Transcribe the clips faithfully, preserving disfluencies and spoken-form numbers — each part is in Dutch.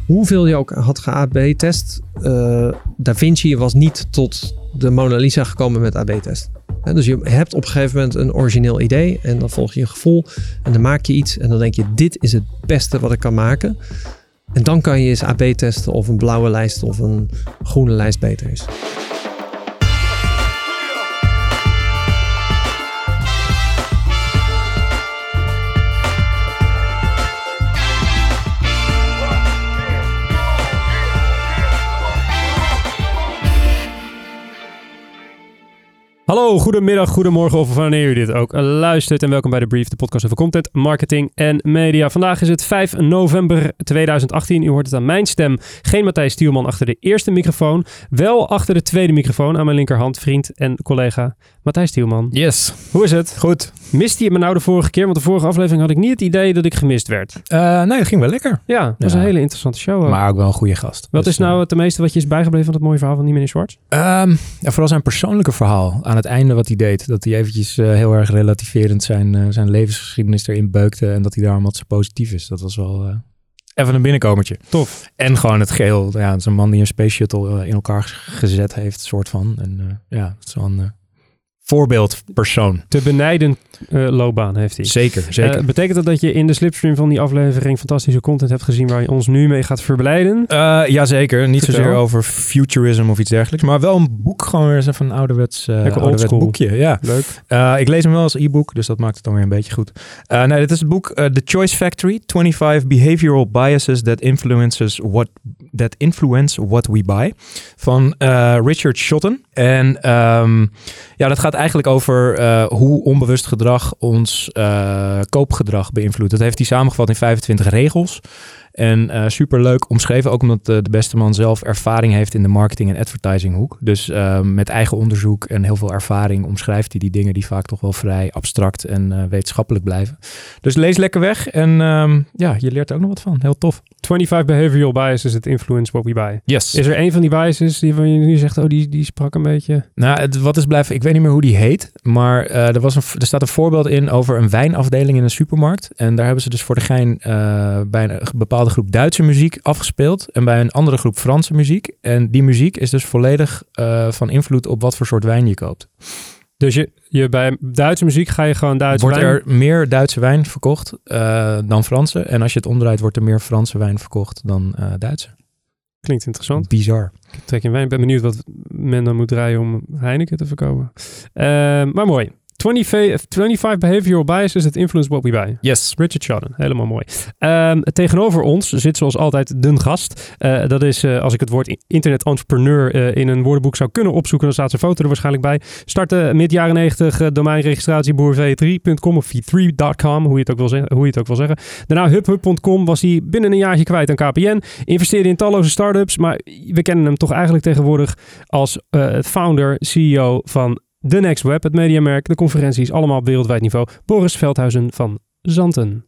hoeveel je ook had ge-A B-test, uh, Da Vinci was niet tot de Mona Lisa gekomen met A B-test. He, dus je hebt op een gegeven moment een origineel idee en dan volg je een gevoel en dan maak je iets en dan denk je, dit is het beste wat ik kan maken. En dan kan je eens A B-testen of een blauwe lijst of een groene lijst beter is. Hallo, goedemiddag, goedemorgen of wanneer u dit ook luistert en welkom bij de Brief, de podcast over content, marketing en media. Vandaag is het vijf november tweeduizend achttien. U hoort het aan mijn stem. Geen Matthijs Stielman achter de eerste microfoon, wel achter de tweede microfoon aan mijn linkerhand, vriend en collega Matthijs Stielman. Yes. Hoe is het? Goed. Miste je me nou de vorige keer? Want de vorige aflevering had ik niet het idee dat ik gemist werd. Uh, nee, dat ging wel lekker. Ja, dat was ja. een hele interessante show. Ook. Maar ook wel een goede gast. Wat dus, is nou het meeste wat je is bijgebleven van het mooie verhaal van die meneer Schwartz? Um, ja, vooral zijn persoonlijke verhaal. Aan het einde wat hij deed. Dat hij eventjes uh, heel erg relativerend zijn, uh, zijn levensgeschiedenis erin beukte. En dat hij daarom wat zo positief is. Dat was wel uh, even een binnenkomertje. Tof. En gewoon het geheel. Ja, het is een man die een space shuttle uh, in elkaar gezet heeft. Soort van. En uh, ja, het is wel een... Uh, voorbeeldpersoon. Te benijden uh, loopbaan heeft hij. Zeker, zeker. Uh, betekent dat dat je in de slipstream van die aflevering fantastische content hebt gezien waar je ons nu mee gaat verblijden? Uh, Jazeker. Niet Vertel. zozeer over futurism of iets dergelijks. Maar wel een boek. Gewoon weer eens even een ouderwets, uh, ouderwets boekje. Ja. Leuk. Uh, ik lees hem wel als e-book, dus dat maakt het dan weer een beetje goed. Uh, nee, dit is het boek uh, The Choice Factory. twenty-five Behavioral Biases that Influences what, that influence what we buy. Van uh, Richard Shotton. En um, ja, dat gaat eigenlijk over uh, hoe onbewust gedrag ons uh, koopgedrag beïnvloedt. Dat heeft hij samengevat in vijfentwintig regels. En uh, superleuk omschreven, ook omdat uh, de beste man zelf ervaring heeft in de marketing- en advertising hoek. Dus uh, met eigen onderzoek en heel veel ervaring omschrijft hij die dingen die vaak toch wel vrij abstract en uh, wetenschappelijk blijven. Dus lees lekker weg en um, ja, je leert er ook nog wat van. Heel tof. twenty-five behavioral biases that influence what we buy. Yes. Is er een van die biases die van je nu zegt, oh, die, die sprak een beetje... Nou, het, wat is blijven... Ik weet niet meer hoe die heet, maar uh, er, was een, er staat een voorbeeld in over een wijnafdeling in een supermarkt. En daar hebben ze dus voor de gein uh, bij een bepaalde groep Duitse muziek afgespeeld en bij een andere groep Franse muziek. En die muziek is dus volledig uh, van invloed op wat voor soort wijn je koopt. Dus je, je bij Duitse muziek ga je gewoon Duitse wordt wijn... er meer Duitse wijn verkocht uh, dan Franse. En als je het omdraait, wordt er meer Franse wijn verkocht dan uh, Duitse. Klinkt interessant. Bizar. Ik trek in wijn. Ik ben benieuwd wat men dan moet draaien om Heineken te verkopen. Uh, maar mooi. twenty-five behavioral biases that influence what we buy. Yes. Richard Shotton, helemaal mooi. Um, tegenover ons zit zoals altijd de gast. Uh, dat is, uh, als ik het woord internet entrepreneur uh, in een woordenboek zou kunnen opzoeken, dan staat zijn foto er waarschijnlijk bij. Startte mid jaren negentig uh, domeinregistratie boer v drie punt com of v drie punt com, hoe je het ook wil zeggen. Hoe je het ook wil zeggen. Daarna hubhub punt com was hij binnen een jaartje kwijt aan K P N. Investeerde in talloze start-ups, maar we kennen hem toch eigenlijk tegenwoordig als uh, founder, C E O van The Next Web, het mediamerk, de conferenties, allemaal op wereldwijd niveau. Boris Veldhuizen van Zanten.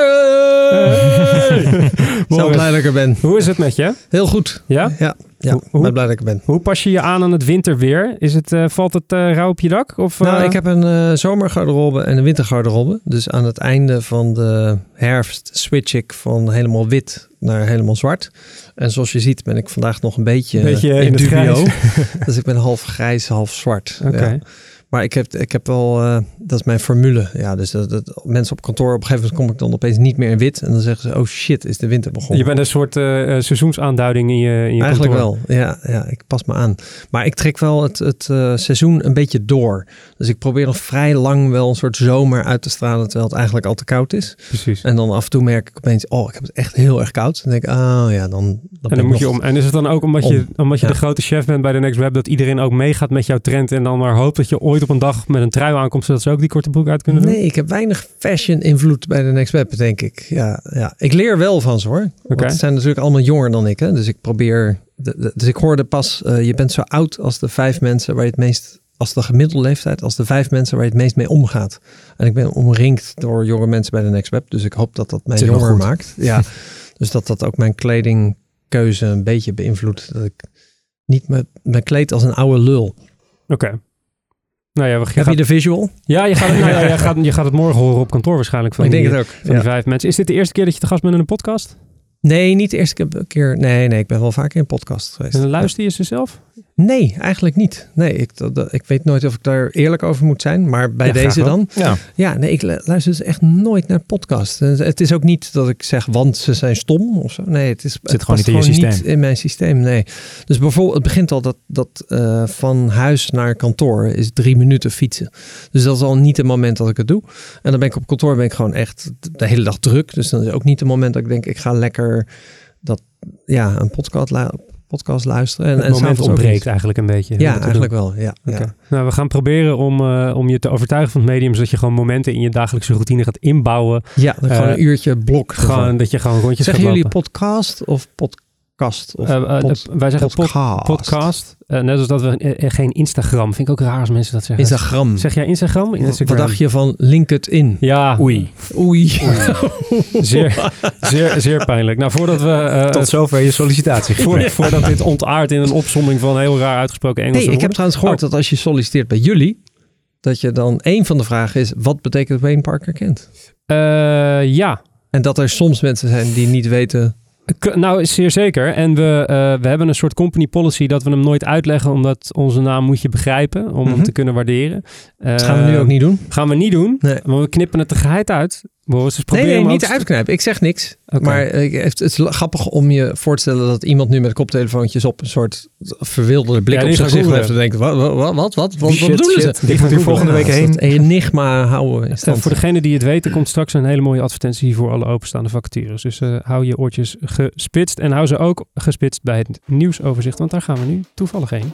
Hey! Zo blij dat ik er ben. Hoe is het met je? Heel goed. Ja? Ja, ja hoe, ik ben blij dat ik er ben. Hoe pas je je aan aan het winterweer? Is het, uh, valt het uh, rauw op je dak? Of, uh... Nou, ik heb een uh, zomergarderobe en een wintergarderobe. Dus aan het einde van de herfst switch ik van helemaal wit naar helemaal zwart. En zoals je ziet ben ik vandaag nog een beetje, beetje uh, in, in het dubio. grijs. Dus ik ben half grijs, half zwart. Oké. Okay. Ja. Maar ik heb, ik heb wel, uh, dat is mijn formule. Ja, dus dat, dat, mensen op kantoor, op een gegeven moment kom ik dan opeens niet meer in wit. En dan zeggen ze, oh shit, is de winter begonnen. Je bent een soort uh, seizoensaanduiding in je, in je Eigenlijk kantoor. wel, ja, ja, ik pas me aan. Maar ik trek wel het, het uh, seizoen een beetje door. Dus ik probeer nog vrij lang wel een soort zomer uit te stralen, terwijl het eigenlijk al te koud is. Precies. En dan af en toe merk ik opeens, oh, ik heb het echt heel erg koud. Dan denk ik, oh ja, dan... dan en dan moet je om. En is het dan ook omdat om. je, omdat je ja. de grote chef bent bij de Next Web, dat iedereen ook meegaat met jouw trend en dan maar hoopt dat je ooit op een dag met een trui aankomt, zodat ze ook die korte broek uit kunnen doen? Nee, ik heb weinig fashion invloed bij de Next Web, denk ik. Ja, ja. Ik leer wel van ze, hoor. Okay. Want ze zijn natuurlijk allemaal jonger dan ik, hè. Dus ik probeer... De, de, dus ik hoorde pas, uh, je bent zo oud als de vijf mensen waar je het meest... als de gemiddelde leeftijd, als de vijf mensen waar je het meest mee omgaat. En ik ben omringd door jonge mensen bij de Next Web. Dus ik hoop dat dat mij jonger maakt. Ja, dus dat dat ook mijn kledingkeuze een beetje beïnvloedt. Dat ik niet me, me kleed als een oude lul. Oké. Okay. Nou ja, we, je Heb gaat, je de visual? Ja, je gaat, het, nou ja, je, gaat, je gaat het morgen horen op kantoor waarschijnlijk van, ik denk die, het ook. van ja. die vijf mensen. Is dit de eerste keer dat je te gast bent in een podcast? Nee, niet de eerste keer. Nee, nee, ik ben wel vaker in podcast geweest. En luister je ze zelf? Nee, eigenlijk niet. Nee, ik, dat, ik weet nooit of ik daar eerlijk over moet zijn. Maar bij Ja, deze dan. Ja. Ja, nee, ik luister dus echt nooit naar podcast. Het is ook niet dat ik zeg, want ze zijn stom of zo. Nee, het is Zit het gewoon past niet in je gewoon systeem. niet in mijn systeem. Nee. Dus bijvoorbeeld, het begint al dat, dat uh, van huis naar kantoor is drie minuten fietsen. Dus dat is al niet het moment dat ik het doe. En dan ben ik op kantoor ben ik gewoon echt de hele dag druk. Dus dan is ook niet het moment dat ik denk, ik ga lekker dat, ja, een podcast luisteren. podcast luisteren. En, het en moment ontbreekt niet. eigenlijk een beetje. Ja, eigenlijk doen. wel. Ja, okay. ja. Nou, we gaan proberen om, uh, om je te overtuigen van het medium, zodat je gewoon momenten in je dagelijkse routine gaat inbouwen. Ja, dan uh, gewoon een uurtje blok. Gewoon, dat je gewoon rondjes Zeggen gaat jullie lopen. podcast of podcast? Of uh, uh, pod, wij zeggen podcast. Pod, podcast. Uh, net als dat we uh, geen Instagram. Vind ik ook raar als mensen dat zeggen. Instagram. Zeg jij Instagram? Instagram. Wat dacht je van LinkedIn? Ja. Oei. Oei. Oei. zeer, zeer, zeer pijnlijk. Nou, voordat we... Uh, Tot zover je sollicitatie. Voor, voordat dit ontaart in een opsomming van heel raar uitgesproken Engels. Hey, ik heb trouwens gehoord oh. dat als je solliciteert bij jullie, dat je dan een van de vragen is, wat betekent Wayne Parker Kent? Uh, ja. En dat er soms mensen zijn die niet weten... Nou, zeer zeker. En we, uh, we hebben een soort company policy dat we hem nooit uitleggen, omdat onze naam moet je begrijpen, om mm-hmm. hem te kunnen waarderen. Uh, dat gaan we nu ook niet doen. Gaan we niet doen, nee. maar we knippen het er geheid uit. We dus nee, nee, niet uitknijpen. Ik zeg niks. Okay. Maar uh, het is grappig om je voor te stellen dat iemand nu met koptelefoontjes op een soort verwilderde blik ja, op zich gezicht heeft en denkt, wat, wat, wat, wat, wat, wat shit, bedoelen shit. ze? Die gaat hier volgende week heen. Het enigma houden in stand. Uh, voor degene die het weten, komt straks een hele mooie advertentie voor alle openstaande vacatures. Dus uh, hou je oortjes gespitst en hou ze ook gespitst bij het nieuwsoverzicht, want daar gaan we nu toevallig heen.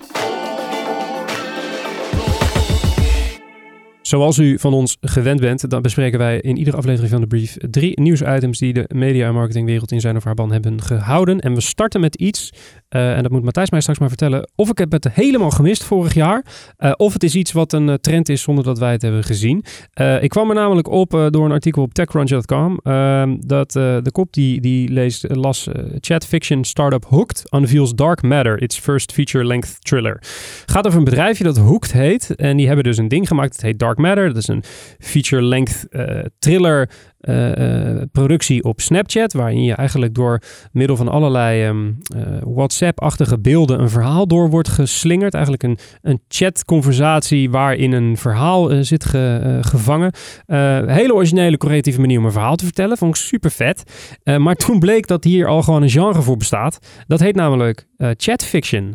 Zoals u van ons gewend bent, dan bespreken wij in iedere aflevering van de brief drie nieuwsitems die de media- en marketingwereld in zijn of haar ban hebben gehouden. En we starten met iets, uh, en dat moet Matthijs mij straks maar vertellen, of ik heb het helemaal gemist vorig jaar, uh, of het is iets wat een uh, trend is zonder dat wij het hebben gezien. Uh, ik kwam er namelijk op uh, door een artikel op techcrunch punt com, uh, dat uh, de kop die, die leest, uh, las uh, chat fiction startup Hooked unveils Dark Matter, its first feature-length thriller. Gaat over een bedrijfje dat Hooked heet, en die hebben dus een ding gemaakt, het heet Dark Matter. Dat is een feature-length uh, thriller uh, uh, productie op Snapchat, waarin je eigenlijk door middel van allerlei um, uh, WhatsApp-achtige beelden een verhaal door wordt geslingerd. Eigenlijk een, een chat-conversatie waarin een verhaal uh, zit ge, uh, gevangen. Uh, hele originele, creatieve manier om een verhaal te vertellen. Vond ik super vet. Uh, maar toen bleek dat hier al gewoon een genre voor bestaat. Dat heet namelijk uh, chatfiction.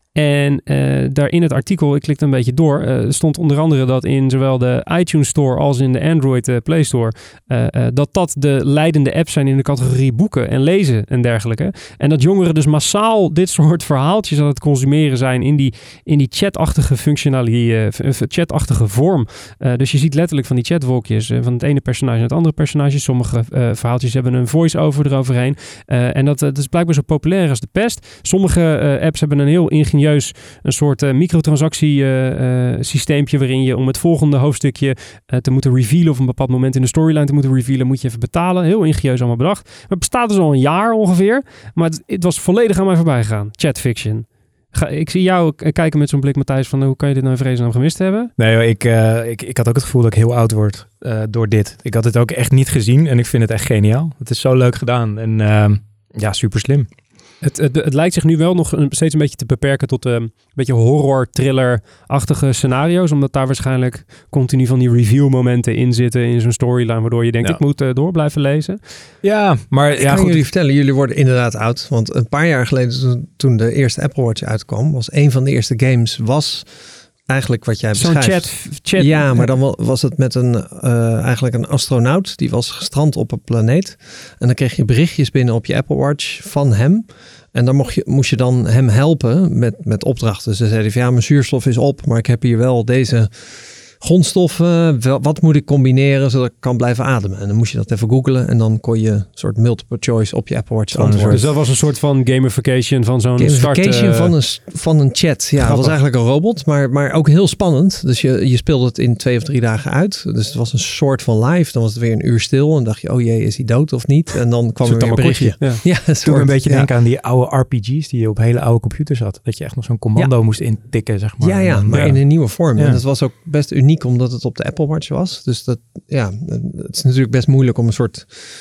En uh, daar in het artikel, ik klikte een beetje door, uh, stond onder andere dat in zowel de iTunes Store als in de Android uh, Play Store, uh, uh, dat dat de leidende apps zijn in de categorie boeken en lezen en dergelijke. En dat jongeren dus massaal dit soort verhaaltjes aan het consumeren zijn in die, in die chatachtige functionaliteit, uh, chatachtige vorm. Uh, dus je ziet letterlijk van die chatwolkjes, uh, van het ene personage naar het andere personage. Sommige uh, verhaaltjes hebben een voice-over eroverheen. Uh, en dat, uh, dat is blijkbaar zo populair als de pest. Sommige uh, apps hebben een heel ingenieus een soort uh, microtransactie uh, uh, systeempje waarin je om het volgende hoofdstukje uh, te moeten revealen of een bepaald moment in de storyline te moeten revealen, moet je even betalen. Heel ingenieus allemaal bedacht. Maar het bestaat dus al een jaar ongeveer, maar het, het was volledig aan mij voorbij gegaan. Chatfiction. Ga, ik zie jou k- kijken met zo'n blik, Matthijs, van hoe kan je dit nou in vredesnaam gemist hebben? Nee joh, ik, uh, ik, ik had ook het gevoel dat ik heel oud word uh, door dit. Ik had het ook echt niet gezien en ik vind het echt geniaal. Het is zo leuk gedaan en uh, ja, super slim. Het, het, het lijkt zich nu wel nog een, steeds een beetje te beperken tot een beetje horror-thriller-achtige scenario's. Omdat daar waarschijnlijk continu van die review-momenten in zitten in zo'n storyline. Waardoor je denkt, ja. ik moet uh, door blijven lezen. Ja, maar ik ja, kan goed. jullie vertellen, jullie worden inderdaad oud. Want een paar jaar geleden, toen de eerste Apple Watch uitkwam, was een van de eerste games was eigenlijk wat jij Zo'n beschrijft. Chat, chat. Ja, maar dan was het met een uh, eigenlijk een astronaut. Die was gestrand op een planeet. En dan kreeg je berichtjes binnen op je Apple Watch van hem. En dan mocht je, moest je dan hem helpen met, met opdrachten. Ze zeiden van ja, mijn zuurstof is op, maar ik heb hier wel deze grondstoffen. Wat moet ik combineren zodat ik kan blijven ademen? En dan moest je dat even googlen en dan kon je een soort multiple choice op je Apple Watch antwoorden. Dus dat was een soort van gamification van zo'n gamification start, uh... van, een, van een chat. Ja, het was eigenlijk een robot, maar, maar ook heel spannend. Dus je, je speelde het in twee of drie dagen uit. Dus het was een soort van live. Dan was het weer een uur stil en dacht je, oh jee, is hij dood of niet? En dan kwam er weer een berichtje. Ja, ja een Toen een beetje ja. denken aan die oude R P G's die je op hele oude computers had. Dat je echt nog zo'n commando ja. moest intikken, zeg maar. Ja, ja, maar ja. in een nieuwe vorm. Ja. En dat was ook best uniek, omdat het op de Apple Watch was. Dus dat, ja, het is natuurlijk best moeilijk om een soort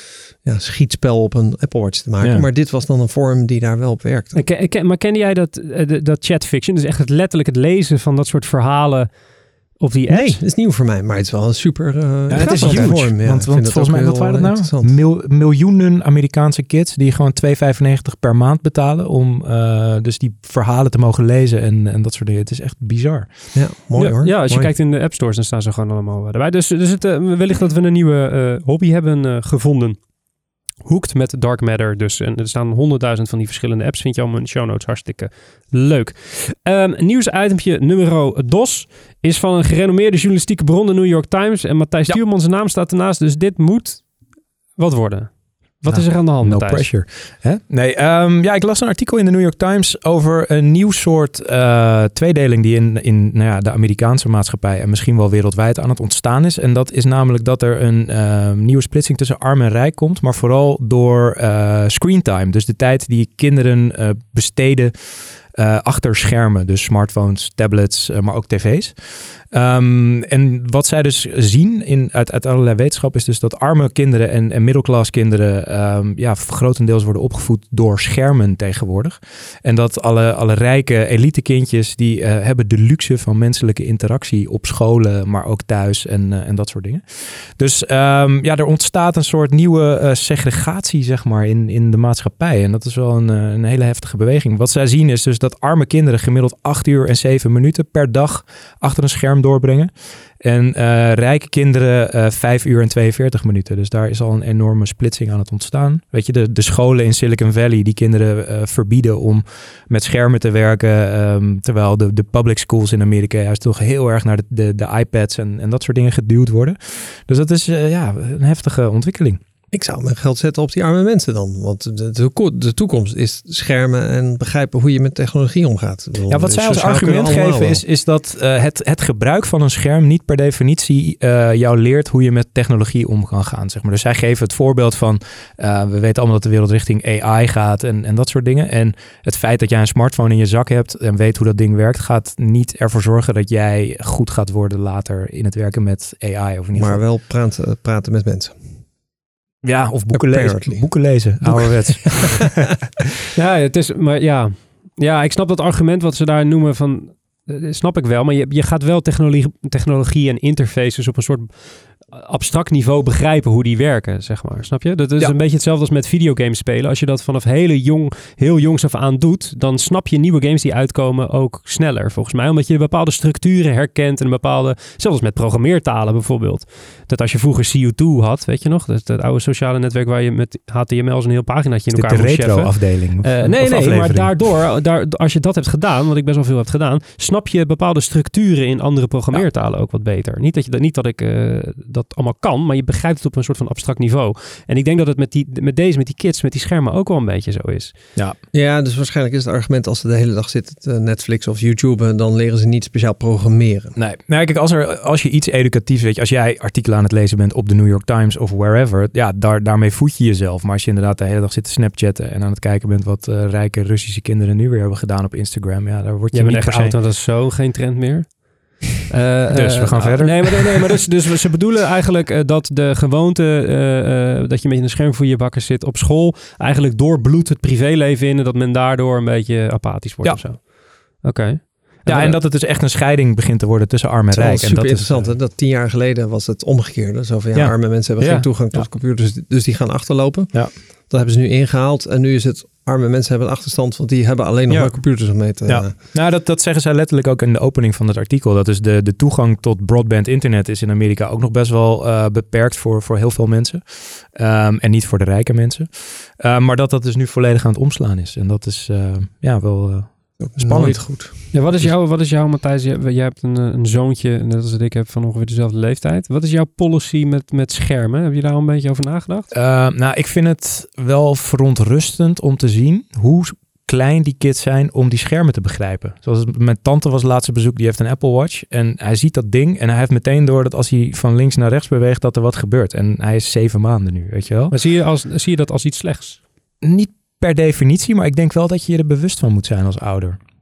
ja, schietspel op een Apple Watch te maken. Ja. Maar dit was dan een vorm die daar wel op werkte. Ik, ik, maar kende jij dat, dat chatfiction? Dus echt het letterlijk het lezen van dat soort verhalen op die apps? Nee, dat is nieuw voor mij. Maar het is wel een super uh, ja, het is huge vorm. Ja, want want volgens mij, wat waren het nou? Mil, miljoenen Amerikaanse kids die gewoon twee vijfennegentig per maand betalen om uh, dus die verhalen te mogen lezen en, en dat soort dingen. Het is echt bizar. Ja, mooi ja, hoor. Ja, als mooi. je kijkt in de app stores, dan staan ze gewoon allemaal erbij. Dus, dus het, uh, wellicht dat we een nieuwe uh, hobby hebben uh, gevonden. Hooked met Dark Matter dus. En er staan honderdduizend van die verschillende apps. Vind je allemaal in de show notes. Hartstikke leuk. Um, nieuwsitempje nummer dos is van een gerenommeerde journalistieke bron, de New York Times. En Matthijs ja. Stuurman, zijn naam staat ernaast. Dus dit moet wat worden. Wat nou, is er aan de hand, No Matthijs? pressure. Hè? Nee, um, ja, ik las een artikel in de New York Times over een nieuw soort uh, tweedeling die in, in nou ja, de Amerikaanse maatschappij en misschien wel wereldwijd aan het ontstaan is. En dat is namelijk dat er een uh, nieuwe splitsing tussen arm en rijk komt, maar vooral door uh, screentime. Dus de tijd die kinderen uh, besteden uh, achter schermen. Dus smartphones, tablets, uh, maar ook tv's. Um, en wat zij dus zien in, uit, uit allerlei wetenschap is dus dat arme kinderen en, en middelklas kinderen um, ja, grotendeels worden opgevoed door schermen tegenwoordig. En dat alle, alle rijke elite kindjes die uh, hebben de luxe van menselijke interactie op scholen, maar ook thuis en, uh, en dat soort dingen. Dus um, ja, er ontstaat een soort nieuwe uh, segregatie zeg maar in, in de maatschappij. En dat is wel een, een hele heftige beweging. Wat zij zien is dus dat arme kinderen gemiddeld acht uur en zeven minuten per dag achter een scherm doorbrengen. En uh, rijke kinderen uh, vijf uur en tweeënveertig minuten. Dus daar is al een enorme splitsing aan het ontstaan. Weet je, de, de scholen in Silicon Valley die kinderen uh, verbieden om met schermen te werken. Um, terwijl de, de public schools in Amerika juist toch heel erg naar de, de, de iPads en, en dat soort dingen geduwd worden. Dus dat is uh, ja, een heftige ontwikkeling. Ik zou mijn geld zetten op die arme mensen dan. Want de, de, de toekomst is schermen en begrijpen hoe je met technologie omgaat. Bedoel, ja, wat zij als argument geven is, is dat uh, het, het gebruik van een scherm niet per definitie uh, jou leert hoe je met technologie om kan gaan. Zeg maar. Dus zij geven het voorbeeld van, uh, we weten allemaal dat de wereld richting A I gaat en, en dat soort dingen. En het feit dat jij een smartphone in je zak hebt en weet hoe dat ding werkt, gaat niet ervoor zorgen dat jij goed gaat worden later in het werken met A I. Of in ieder maar wel praten, praten met mensen. Ja, of boeken lezen. Boeken lezen, ouderwets. ja, het is, maar ja. Ja, ik snap dat argument wat ze daar noemen van, uh, snap ik wel. Maar je, je gaat wel technologie, technologie en interfaces op een soort abstract niveau begrijpen hoe die werken, zeg maar. Snap je? Dat is ja. een beetje hetzelfde als met videogames spelen. Als je dat vanaf hele jong, heel jongs af aan doet, dan snap je nieuwe games die uitkomen ook sneller, volgens mij. Omdat je bepaalde structuren herkent en een bepaalde, zelfs met programmeertalen bijvoorbeeld. Dat als je vroeger C U twee had, weet je nog? Dat, dat oude sociale netwerk waar je met H T M L zo'n heel paginaatje in elkaar moest cheffen. De retro-afdeling? Uh, nee, nee, maar daardoor, daar, als je dat hebt gedaan, wat ik best wel veel heb gedaan, snap je bepaalde structuren in andere programmeertalen ja. ook wat beter. Niet dat, je, niet dat ik uh, dat allemaal kan, maar je begrijpt het op een soort van abstract niveau. En ik denk dat het met, die, met deze, met die kids, met die schermen ook wel een beetje zo is. Ja, ja, dus waarschijnlijk is het argument als ze de hele dag zitten te Netflix of YouTube, dan leren ze niet speciaal programmeren. Nee, nou, kijk, als, er, als je iets educatiefs weet, als jij artikelen aan het lezen bent op de New York Times of wherever, ja, daar, daarmee voed je jezelf. Maar als je inderdaad de hele dag zit te Snapchatten en aan het kijken bent wat uh, rijke Russische kinderen nu weer hebben gedaan op Instagram, ja, daar word je, je niet bent echt oud, dat is zo geen trend meer. Uh, dus uh, we gaan uh, verder. Nee, maar, nee, nee, maar dus, dus ze bedoelen eigenlijk uh, dat de gewoonte uh, uh, dat je met een scherm voor je bakken zit op school eigenlijk doorbloedt het privéleven in en dat men daardoor een beetje apathisch wordt ja. of zo. Oké. Okay. Ja, en dat het dus echt een scheiding begint te worden tussen arm en rijk. Super en dat interessant. is, uh, dat tien jaar geleden was het omgekeerde. Zo van ja, ja. arme mensen hebben ja. geen toegang tot ja. computers, dus die gaan achterlopen. Ja. Dat hebben ze nu ingehaald en nu is het arme mensen hebben een achterstand, want die hebben alleen nog ja. maar computers om mee te... Ja. Nou, dat, dat zeggen zij letterlijk ook in de opening van het artikel. Dat is de, de toegang tot broadband internet is in Amerika ook nog best wel uh, beperkt voor, voor heel veel mensen. Um, en niet voor de rijke mensen. Uh, maar dat dat dus nu volledig aan het omslaan is. En dat is uh, ja wel... Uh, spannend. Goed. Ja, wat is jouw, wat is jouw Matthijs? Jij hebt een, een zoontje, net als ik heb, van ongeveer dezelfde leeftijd. Wat is jouw policy met, met schermen? Heb je daar al een beetje over nagedacht? Uh, nou, ik vind het wel verontrustend om te zien hoe klein die kids zijn om die schermen te begrijpen. Zoals mijn tante was laatste bezoek, die heeft een Apple Watch en hij ziet dat ding en hij heeft meteen door dat als hij van links naar rechts beweegt, dat er wat gebeurt. En hij is zeven maanden nu, weet je wel. Maar zie je, als, zie je dat als iets slechts? Niet per definitie, maar ik denk wel dat je je er bewust van moet zijn als ouder.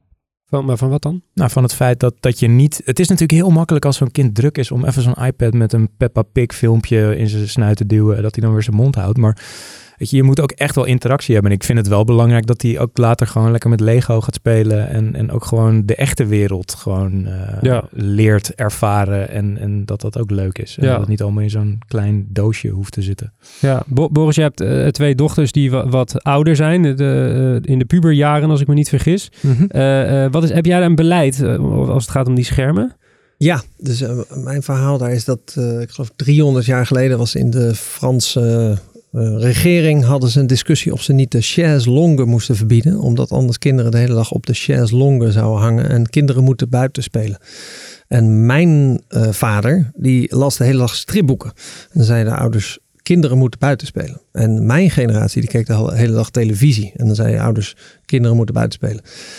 Van, maar van wat dan? Nou, van het feit dat, dat je niet... Het is natuurlijk heel makkelijk als zo'n kind druk is om even zo'n iPad met een Peppa Pig filmpje in zijn snuit te duwen, dat hij dan weer zijn mond houdt. Maar weet je, je moet ook echt wel interactie hebben. En ik vind het wel belangrijk dat hij ook later gewoon lekker met Lego gaat spelen en, en ook gewoon de echte wereld gewoon uh, ja. leert ervaren en, en dat dat ook leuk is. En ja. dat het niet allemaal in zo'n klein doosje hoeft te zitten. Ja, Bo- Boris, je hebt uh, twee dochters die wa- wat ouder zijn, de, uh, in de puberjaren als ik me niet vergis. Mm-hmm. Uh, uh, wat is, heb jij daar een beleid uh, als het gaat om die schermen? Ja, dus uh, mijn verhaal daar is dat, uh, ik geloof driehonderd jaar geleden was in de Franse uh, regering, hadden ze een discussie of ze niet de chaise longue moesten verbieden, omdat anders kinderen de hele dag op de chaise longue zouden hangen en kinderen moeten buiten spelen. En mijn uh, vader, die las de hele dag stripboeken. En dan zeiden de ouders, kinderen moeten buiten spelen. En mijn generatie, die keek de hele dag televisie. En dan zeiden ouders, kinderen moeten buiten spelen.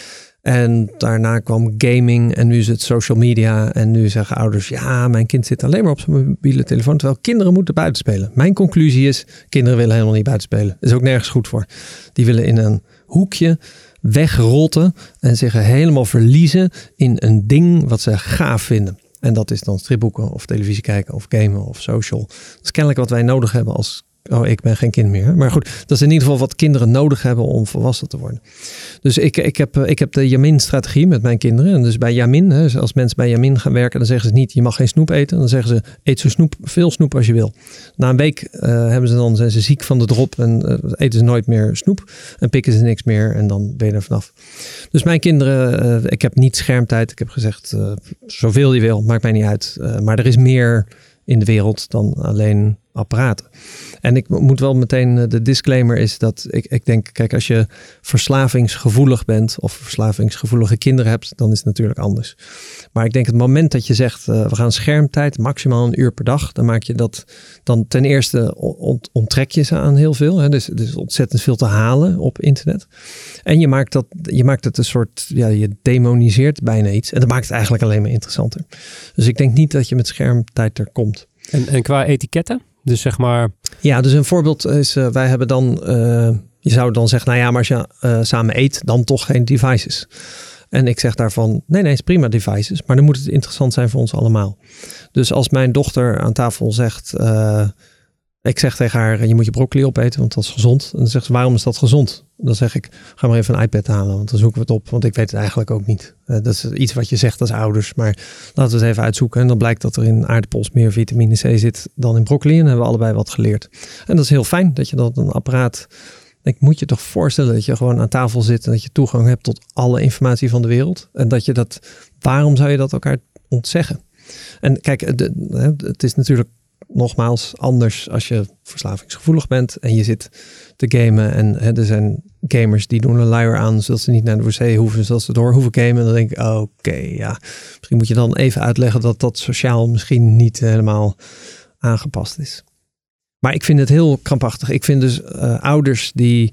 En daarna kwam gaming en nu is het social media. En nu zeggen ouders, ja, mijn kind zit alleen maar op zijn mobiele telefoon. Terwijl kinderen moeten buiten spelen. Mijn conclusie is, kinderen willen helemaal niet buiten spelen. Is ook nergens goed voor. Die willen in een hoekje wegrotten en zich helemaal verliezen in een ding wat ze gaaf vinden. En dat is dan stripboeken of televisie kijken of gamen of social. Dat is kennelijk wat wij nodig hebben als... Oh, ik ben geen kind meer. Maar goed, dat is in ieder geval wat kinderen nodig hebben om volwassen te worden. Dus ik, ik, heb, ik heb de Yamin-strategie met mijn kinderen. En dus bij Yamin, hè, als mensen bij Yamin gaan werken, dan zeggen ze niet, je mag geen snoep eten. Dan zeggen ze, eet zo snoep, veel snoep als je wil. Na een week uh, hebben ze dan, zijn ze ziek van de drop en uh, eten ze nooit meer snoep. En pikken ze niks meer en dan ben je er vanaf. Dus mijn kinderen, uh, ik heb niet schermtijd. Ik heb gezegd, uh, zoveel je wil, maakt mij niet uit. Uh, maar er is meer in de wereld dan alleen apparaten. En ik moet wel meteen, de disclaimer is dat ik, ik denk, kijk, als je verslavingsgevoelig bent of verslavingsgevoelige kinderen hebt, dan is het natuurlijk anders. Maar ik denk het moment dat je zegt, uh, we gaan schermtijd, maximaal een uur per dag, dan maak je dat, dan ten eerste ont, onttrek je ze aan heel veel. Hè? Dus er is ontzettend veel te halen op internet. En je maakt, dat, je maakt het een soort, ja, je demoniseert bijna iets. En dat maakt het eigenlijk alleen maar interessanter. Dus ik denk niet dat je met schermtijd er komt. En, en qua etiketten? Dus zeg maar... Ja, dus een voorbeeld is, uh, wij hebben dan, uh, je zou dan zeggen, nou ja, maar als je uh, samen eet, dan toch geen devices. En ik zeg daarvan, nee, nee, is prima devices, maar dan moet het interessant zijn voor ons allemaal. Dus als mijn dochter aan tafel zegt, uh, ik zeg tegen haar, je moet je broccoli opeten, want dat is gezond. En dan zegt ze, waarom is dat gezond? Dan zeg ik, ga maar even een iPad halen, want dan zoeken we het op, want ik weet het eigenlijk ook niet. Uh, dat is iets wat je zegt als ouders, maar laten we het even uitzoeken. En dan blijkt dat er in aardappels meer vitamine C zit dan in broccoli. En dan hebben we allebei wat geleerd. En dat is heel fijn, dat je dat een apparaat... Ik moet je toch voorstellen dat je gewoon aan tafel zit en dat je toegang hebt tot alle informatie van de wereld. En dat je dat, waarom zou je dat elkaar ontzeggen? En kijk, de, het is natuurlijk nogmaals anders als je verslavingsgevoelig bent en je zit te gamen. En hè, er zijn gamers die doen een luier aan zodat ze niet naar de wc hoeven, zodat ze door hoeven gamen. En dan denk ik, oké, okay, ja. Misschien moet je dan even uitleggen dat dat sociaal misschien niet helemaal aangepast is. Maar ik vind het heel krampachtig. Ik vind dus uh, ouders die,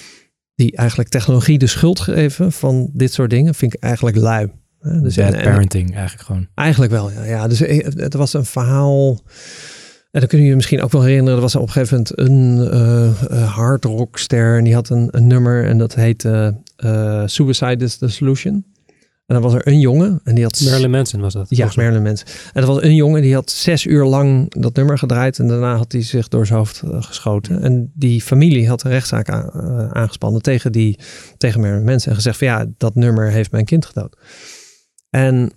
die eigenlijk technologie de schuld geven van dit soort dingen, vind ik eigenlijk lui. Dus Bad en, parenting eigenlijk gewoon. Eigenlijk wel, ja. ja. Dus er was een verhaal, en dat kunnen jullie misschien ook wel herinneren. Er was op een gegeven moment een uh, hardrockster en die had een, een nummer en dat heette uh, Suicide is the Solution. En dan was er een jongen en die had... Marilyn Manson was dat. Ja, Marilyn Manson. En er was een jongen die had zes uur lang dat nummer gedraaid en daarna had hij zich door zijn hoofd uh, geschoten. En die familie had een rechtszaak a- uh, aangespannen tegen, die, tegen Marilyn Manson en gezegd van ja, dat nummer heeft mijn kind gedood. En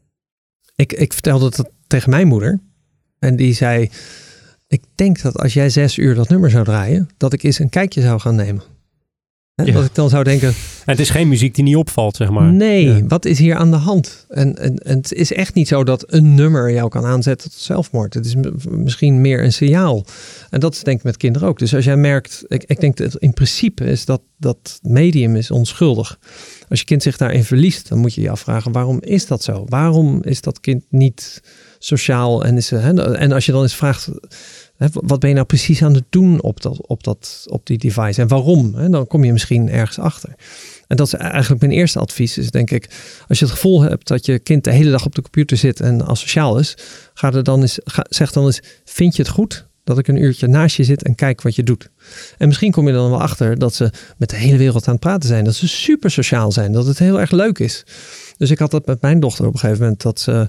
ik, ik vertelde dat tegen mijn moeder en die zei, ik denk dat als jij zes uur dat nummer zou draaien, dat ik eens een kijkje zou gaan nemen. He, ja. Dat ik dan zou denken... En het is geen muziek die niet opvalt, zeg maar. Nee, ja. Wat is hier aan de hand? En, en, en het is echt niet zo dat een nummer jou kan aanzetten tot zelfmoord. Het is m- misschien meer een signaal. En dat is denk ik met kinderen ook. Dus als jij merkt... Ik, ik denk dat in principe is dat dat medium is onschuldig. Als je kind zich daarin verliest, dan moet je je afvragen, waarom is dat zo? Waarom is dat kind niet sociaal? En, is, hè, en als je dan eens vraagt... Wat ben je nou precies aan het doen op, dat, op, dat, op die device? En waarom? Hè? Dan kom je misschien ergens achter. En dat is eigenlijk mijn eerste advies. Is denk ik, als je het gevoel hebt dat je kind de hele dag op de computer zit en asociaal is, ga er dan eens, ga, zeg dan eens, vind je het goed Dat ik een uurtje naast je zit en kijk wat je doet. En misschien kom je dan wel achter dat ze met de hele wereld aan het praten zijn. Dat ze super sociaal zijn. Dat het heel erg leuk is. Dus ik had dat met mijn dochter op een gegeven moment. Dat ze,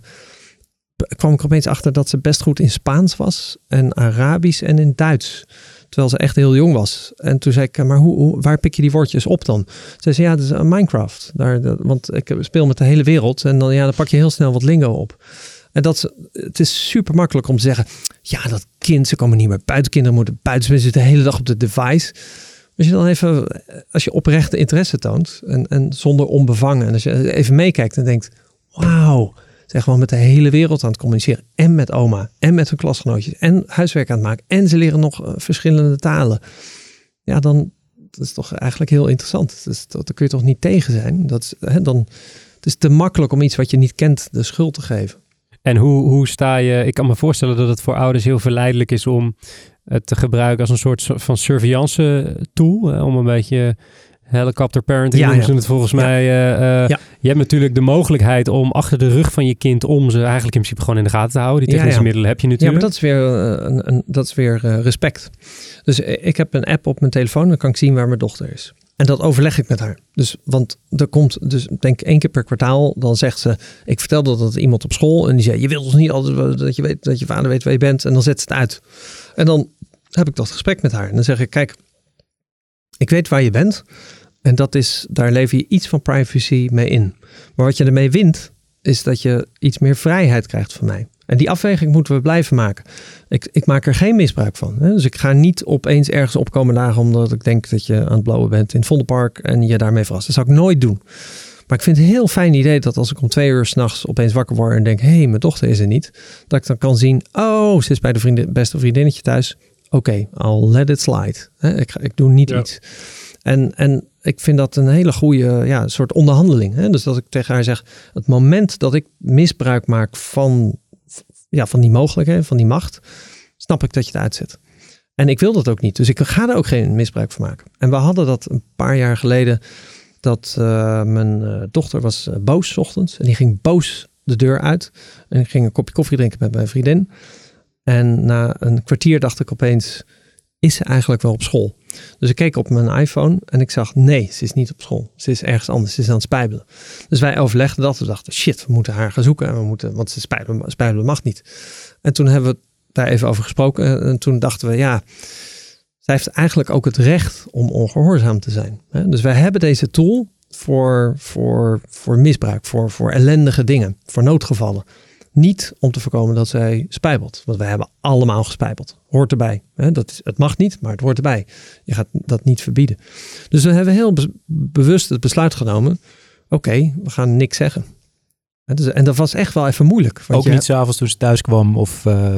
kwam ik opeens achter dat ze best goed in Spaans was. En Arabisch en in Duits. Terwijl ze echt heel jong was. En toen zei ik, maar hoe, hoe, waar pik je die woordjes op dan? Ze zei, ja, dat is uh, Minecraft. Daar, dat, want ik speel met de hele wereld. En dan, ja, dan pak je heel snel wat lingo op. En dat, het is super makkelijk om te zeggen, ja, dat kind, ze komen niet meer buiten. Kinderen moeten buiten, ze zitten de hele dag op de device. Als je dan even, als je oprechte interesse toont en, en zonder onbevangen. En als je even meekijkt en denkt, wauw, ze zijn gewoon met de hele wereld aan het communiceren. En met oma, en met hun klasgenootjes, en huiswerk aan het maken. En ze leren nog uh, verschillende talen. Ja, dan dat is toch eigenlijk heel interessant. Dus dat, daar kun je toch niet tegen zijn. Dat is, hè, dan, het is te makkelijk om iets wat je niet kent de schuld te geven. En hoe, hoe sta je... Ik kan me voorstellen dat het voor ouders heel verleidelijk is om het te gebruiken als een soort van surveillance tool. Om een beetje helicopter parenting ja, noemen ja. ze het volgens ja. mij. Uh, uh, ja. Je hebt natuurlijk de mogelijkheid om achter de rug van je kind om ze eigenlijk in principe gewoon in de gaten te houden. Die technische ja, ja. middelen heb je natuurlijk. Ja, maar dat is weer, uh, een, een, dat is weer uh, respect. Dus uh, ik heb een app op mijn telefoon. Dan kan ik zien waar mijn dochter is. En dat overleg ik met haar. Dus, want er komt, dus denk één keer per kwartaal, dan zegt ze, ik vertelde dat iemand op school en die zei, je wilt ons niet altijd dat je weet dat je vader weet waar je bent. En dan zet ze het uit. En dan heb ik dat gesprek met haar. En dan zeg ik, kijk, ik weet waar je bent. En dat is, daar lever je iets van privacy mee in. Maar wat je ermee wint, is dat je iets meer vrijheid krijgt van mij. En die afweging moeten we blijven maken. Ik, ik maak er geen misbruik van. Hè? Dus ik ga niet opeens ergens opkomen dagen omdat ik denk dat je aan het blowen bent in het Vondelpark en je daarmee verrast. Dat zou ik nooit doen. Maar ik vind het een heel fijn idee dat als ik om twee uur 's nachts opeens wakker word en denk, hé, hey, mijn dochter is er niet. Dat ik dan kan zien, oh, ze is bij de vriendin, beste vriendinnetje thuis. Oké, okay, I'll let it slide. Hè? Ik, ik doe niet ja. iets. En, en ik vind dat een hele goede ja, soort onderhandeling. Hè? Dus dat ik tegen haar zeg, het moment dat ik misbruik maak van, ja, van die mogelijkheden, van die macht, snap ik dat je het uitzet. En ik wil dat ook niet. Dus ik ga er ook geen misbruik van maken. En we hadden dat een paar jaar geleden, dat uh, mijn uh, dochter was uh, boos 's ochtends. En die ging boos de deur uit. En ik ging een kopje koffie drinken met mijn vriendin. En na een kwartier dacht ik opeens, is ze eigenlijk wel op school? Dus ik keek op mijn iPhone en ik zag, nee, ze is niet op school. Ze is ergens anders, ze is aan het spijbelen. Dus wij overlegden dat. We dachten, shit, we moeten haar gaan zoeken. En we moeten, want ze spijbelen, spijbelen mag niet. En toen hebben we daar even over gesproken. En toen dachten we, ja, zij heeft eigenlijk ook het recht om ongehoorzaam te zijn. Dus wij hebben deze tool voor, voor, voor misbruik, voor, voor ellendige dingen, voor noodgevallen. Niet om te voorkomen dat zij spijbelt. Want wij hebben allemaal gespijbeld. Hoort erbij. Dat is, het mag niet, maar het hoort erbij. Je gaat dat niet verbieden. Dus we hebben heel be- bewust het besluit genomen. Oké, okay, we gaan niks zeggen. Dus, en dat was echt wel even moeilijk. Want ook je, niet 's avonds toen ze thuis kwam? Of, uh...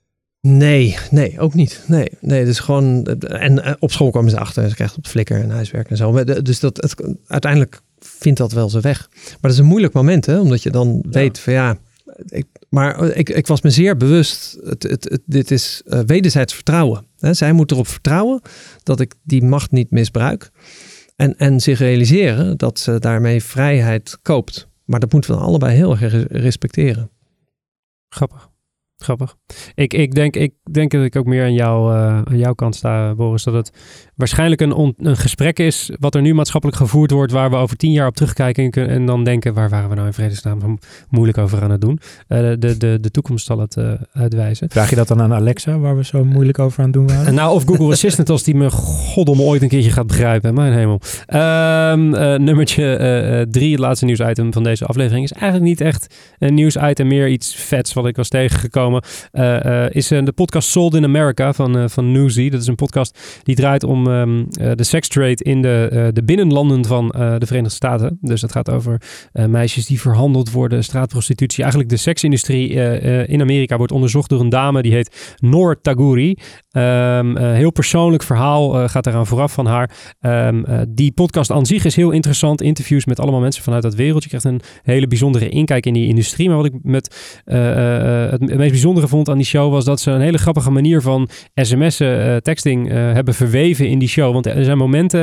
Nee, nee, ook niet. Nee, nee, dus gewoon. En uh, op school kwamen ze achter. En ze krijgt op de flikker en huiswerk en zo. Dus dat, het, uiteindelijk vindt dat wel zijn weg. Maar dat is een moeilijk moment, hè? Omdat je dan ja. weet van ja. Ik, maar ik, ik was me zeer bewust, het, het, het, dit is uh, wederzijds vertrouwen. Hè? Zij moet erop vertrouwen dat ik die macht niet misbruik. En, en zich realiseren dat ze daarmee vrijheid koopt. Maar dat moeten we dan allebei heel erg respecteren. Grappig. Grappig. Ik, ik, denk, ik denk dat ik ook meer aan, jou, uh, aan jouw kant sta, Boris. Dat het waarschijnlijk een, on, een gesprek is wat er nu maatschappelijk gevoerd wordt, waar we over tien jaar op terugkijken en, kunnen, en dan denken, waar waren we nou in vredesnaam moeilijk over aan het doen? Uh, de, de, de toekomst zal het uh, uitwijzen. Vraag je dat dan aan Alexa, waar we zo moeilijk over aan het doen waren? En nou, of Google Assistant, als die me goddomme ooit een keertje gaat begrijpen. Mijn hemel. Um, uh, nummertje uh, drie, het laatste nieuwsitem van deze aflevering, is eigenlijk niet echt een nieuwsitem, meer iets vets wat ik was tegengekomen. Uh, uh, is uh, de podcast Sold in America van, uh, van Newsy. Dat is een podcast die draait om um, uh, de sekstrade in de, uh, de binnenlanden van uh, de Verenigde Staten. Dus het gaat over uh, meisjes die verhandeld worden, straatprostitutie. Eigenlijk de seksindustrie uh, uh, in Amerika wordt onderzocht door een dame die heet Noor Tagouri. Um, uh, heel persoonlijk verhaal uh, gaat eraan vooraf van haar. Um, uh, die podcast aan zich is heel interessant. Interviews met allemaal mensen vanuit dat wereld. Je krijgt een hele bijzondere inkijk in die industrie. Maar wat ik met uh, uh, het meest bijzondere vond aan die show was dat ze een hele grappige manier van sms'en, uh, texting uh, hebben verweven in die show. Want er zijn momenten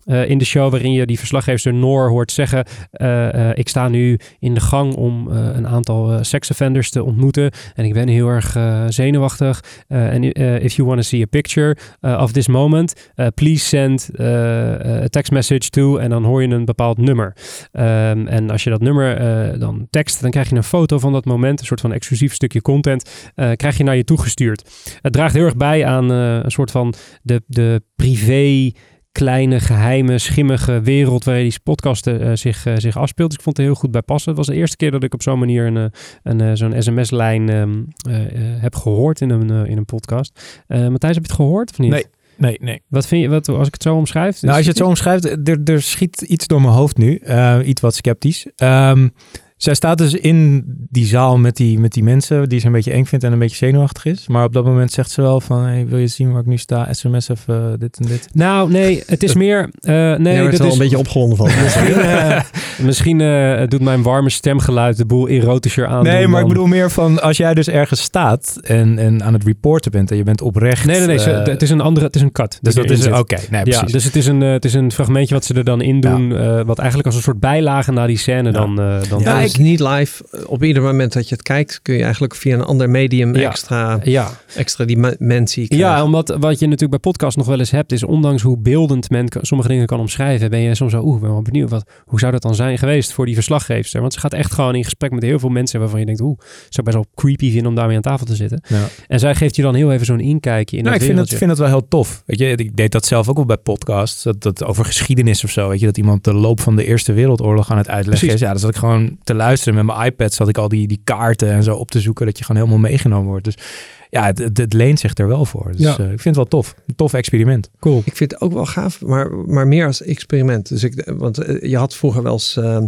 uh, in de show waarin je die verslaggever Noor hoort zeggen, uh, uh, ik sta nu in de gang om uh, een aantal uh, seksoffenders te ontmoeten en ik ben heel erg uh, zenuwachtig. En uh, uh, if you want to see a picture uh, of this moment, uh, please send uh, a text message to, en dan hoor je een bepaald nummer. Um, en als je dat nummer uh, dan tekst, dan krijg je een foto van dat moment, een soort van exclusief stukje content, uh, krijg je naar je toegestuurd. Het draagt heel erg bij aan uh, een soort van de, de privé, kleine, geheime, schimmige wereld waarin die podcast uh, zich, uh, zich afspeelt. Dus ik vond het er heel goed bij passen. Het was de eerste keer dat ik op zo'n manier een, een, een, zo'n sms-lijn um, uh, uh, heb gehoord in een, uh, in een podcast. Uh, Matthijs, heb je het gehoord of niet? Nee. Nee, nee. Wat vind je, wat, als ik het zo omschrijf? Nou, als je het zo omschrijft, er, er schiet iets door mijn hoofd nu. Uh, iets wat sceptisch. Um, zij staat dus in die zaal met die, met die mensen die ze een beetje eng vindt en een beetje zenuwachtig is. Maar op dat moment zegt ze wel van, hey, wil je zien waar ik nu sta? S M S even uh, dit en dit. Nou, nee, het is meer... Uh, nee, ja, dat wel is een beetje opgewonden van. Misschien, uh, misschien uh, doet mijn warme stemgeluid de boel erotischer aan. Nee, maar dan... ik bedoel meer van, als jij dus ergens staat en, en aan het reporten bent en je bent oprecht... Nee, nee, nee. Uh, het is een andere, het is een cut. Dus dat is oké. Okay, nee, precies. Ja, dus het is, een, uh, het is een fragmentje wat ze er dan in doen, ja. uh, wat eigenlijk als een soort bijlage naar die scène ja. dan... Uh, dan ja, het is niet live. Op ieder moment dat je het kijkt, kun je eigenlijk via een ander medium ja. extra, ja. extra dimensie krijgen. Ja, omdat wat je natuurlijk bij podcast nog wel eens hebt, is ondanks hoe beeldend men sommige dingen kan omschrijven, ben je soms zo, oeh, ben wel benieuwd, wat, hoe zou dat dan zijn geweest voor die verslaggeefster? Want ze gaat echt gewoon in gesprek met heel veel mensen waarvan je denkt, oeh, zou best wel creepy vinden om daarmee aan tafel te zitten. Ja. En zij geeft je dan heel even zo'n inkijkje in nou, het ik vind het, vind het wel heel tof. Weet je, ik deed dat zelf ook wel bij podcasts, dat, dat over geschiedenis of zo, weet je, dat iemand de loop van de Eerste Wereldoorlog aan het uitleggen Precies. is. Ja, dan zat ik gewoon te luisteren met mijn iPad, zat ik al die, die kaarten en zo op te zoeken, dat je gewoon helemaal meegenomen wordt. Dus ja, het, het, het leent zich er wel voor. Dus ja. uh, ik vind het wel tof. Een tof experiment. Cool. Ik vind het ook wel gaaf, maar, maar meer als experiment. Dus ik, want uh, je had vroeger wel eens uh,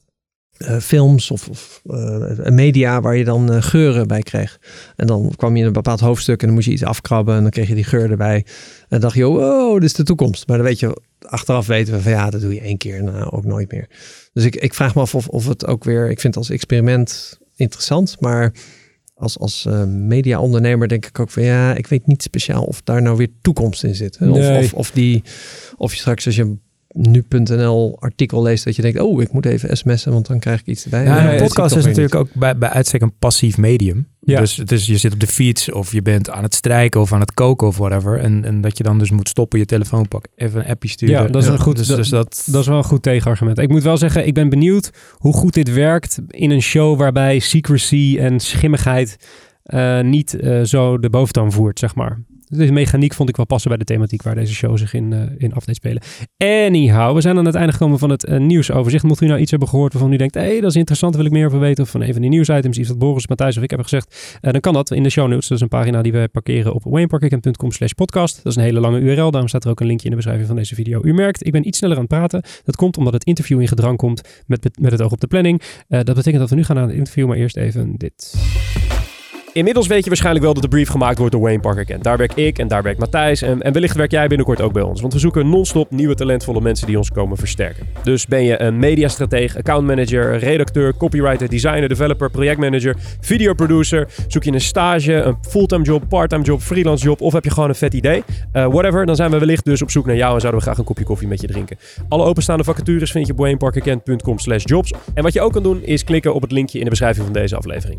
uh, films of, of uh, media waar je dan uh, geuren bij kreeg. En dan kwam je in een bepaald hoofdstuk en dan moest je iets afkrabben en dan kreeg je die geur erbij. En dan dacht je, oh, dit is de toekomst. Maar dan weet je, achteraf weten we van ja, dat doe je één keer en nou, ook nooit meer. Dus ik, ik vraag me af of, of het ook weer, ik vind het als experiment interessant, maar als, als uh, media-ondernemer denk ik ook van ja, ik weet niet speciaal of daar nou weer toekomst in zit. Hè? Of, nee. of, of, die, of je straks als je nu punt n l artikel leest dat je denkt, oh, ik moet even sms'en, want dan krijg ik iets erbij. Ja, ja, een podcast is natuurlijk niet. ook bij, bij uitstek een passief medium. Ja. Dus, dus je zit op de fiets of je bent aan het strijken of aan het koken of whatever. En, en dat je dan dus moet stoppen, je telefoon pakken, even een appje sturen. Ja, dat is, ja, een goed, dus, dat, dus dat... dat is wel een goed tegenargument. Ik moet wel zeggen, ik ben benieuwd hoe goed dit werkt in een show waarbij secrecy en schimmigheid uh, niet uh, zo de boventoon voert, zeg maar. De mechaniek vond ik wel passen bij de thematiek waar deze show zich in, uh, in af deed spelen. Anyhow, we zijn aan het einde gekomen van het uh, nieuwsoverzicht. Mocht u nou iets hebben gehoord waarvan u denkt, hé, hey, dat is interessant, daar wil ik meer over weten. Of van een van die nieuwsitems, iets wat Boris, Matthijs of ik hebben gezegd. Uh, dan kan dat in de show notes. Dat is een pagina die we parkeren op wayneparkercamp.com slash podcast. Dat is een hele lange U R L. Daarom staat er ook een linkje in de beschrijving van deze video. U merkt, ik ben iets sneller aan het praten. Dat komt omdat het interview in gedrang komt met, met het oog op de planning. Uh, dat betekent dat we nu gaan naar het interview, maar eerst even dit. Inmiddels weet je waarschijnlijk wel dat de brief gemaakt wordt door Wayne Parker Kent. Daar werk ik en daar werkt Matthijs. En, en wellicht werk jij binnenkort ook bij ons. Want we zoeken non-stop nieuwe talentvolle mensen die ons komen versterken. Dus ben je een mediastrateeg, accountmanager, redacteur, copywriter, designer, developer, projectmanager, videoproducer. Zoek je een stage, een fulltime job, parttime job, freelance job of heb je gewoon een vet idee. Uh, whatever, dan zijn we wellicht dus op zoek naar jou en zouden we graag een kopje koffie met je drinken. Alle openstaande vacatures vind je op wayneparkerkent.com slash jobs. En wat je ook kan doen is klikken op het linkje in de beschrijving van deze aflevering.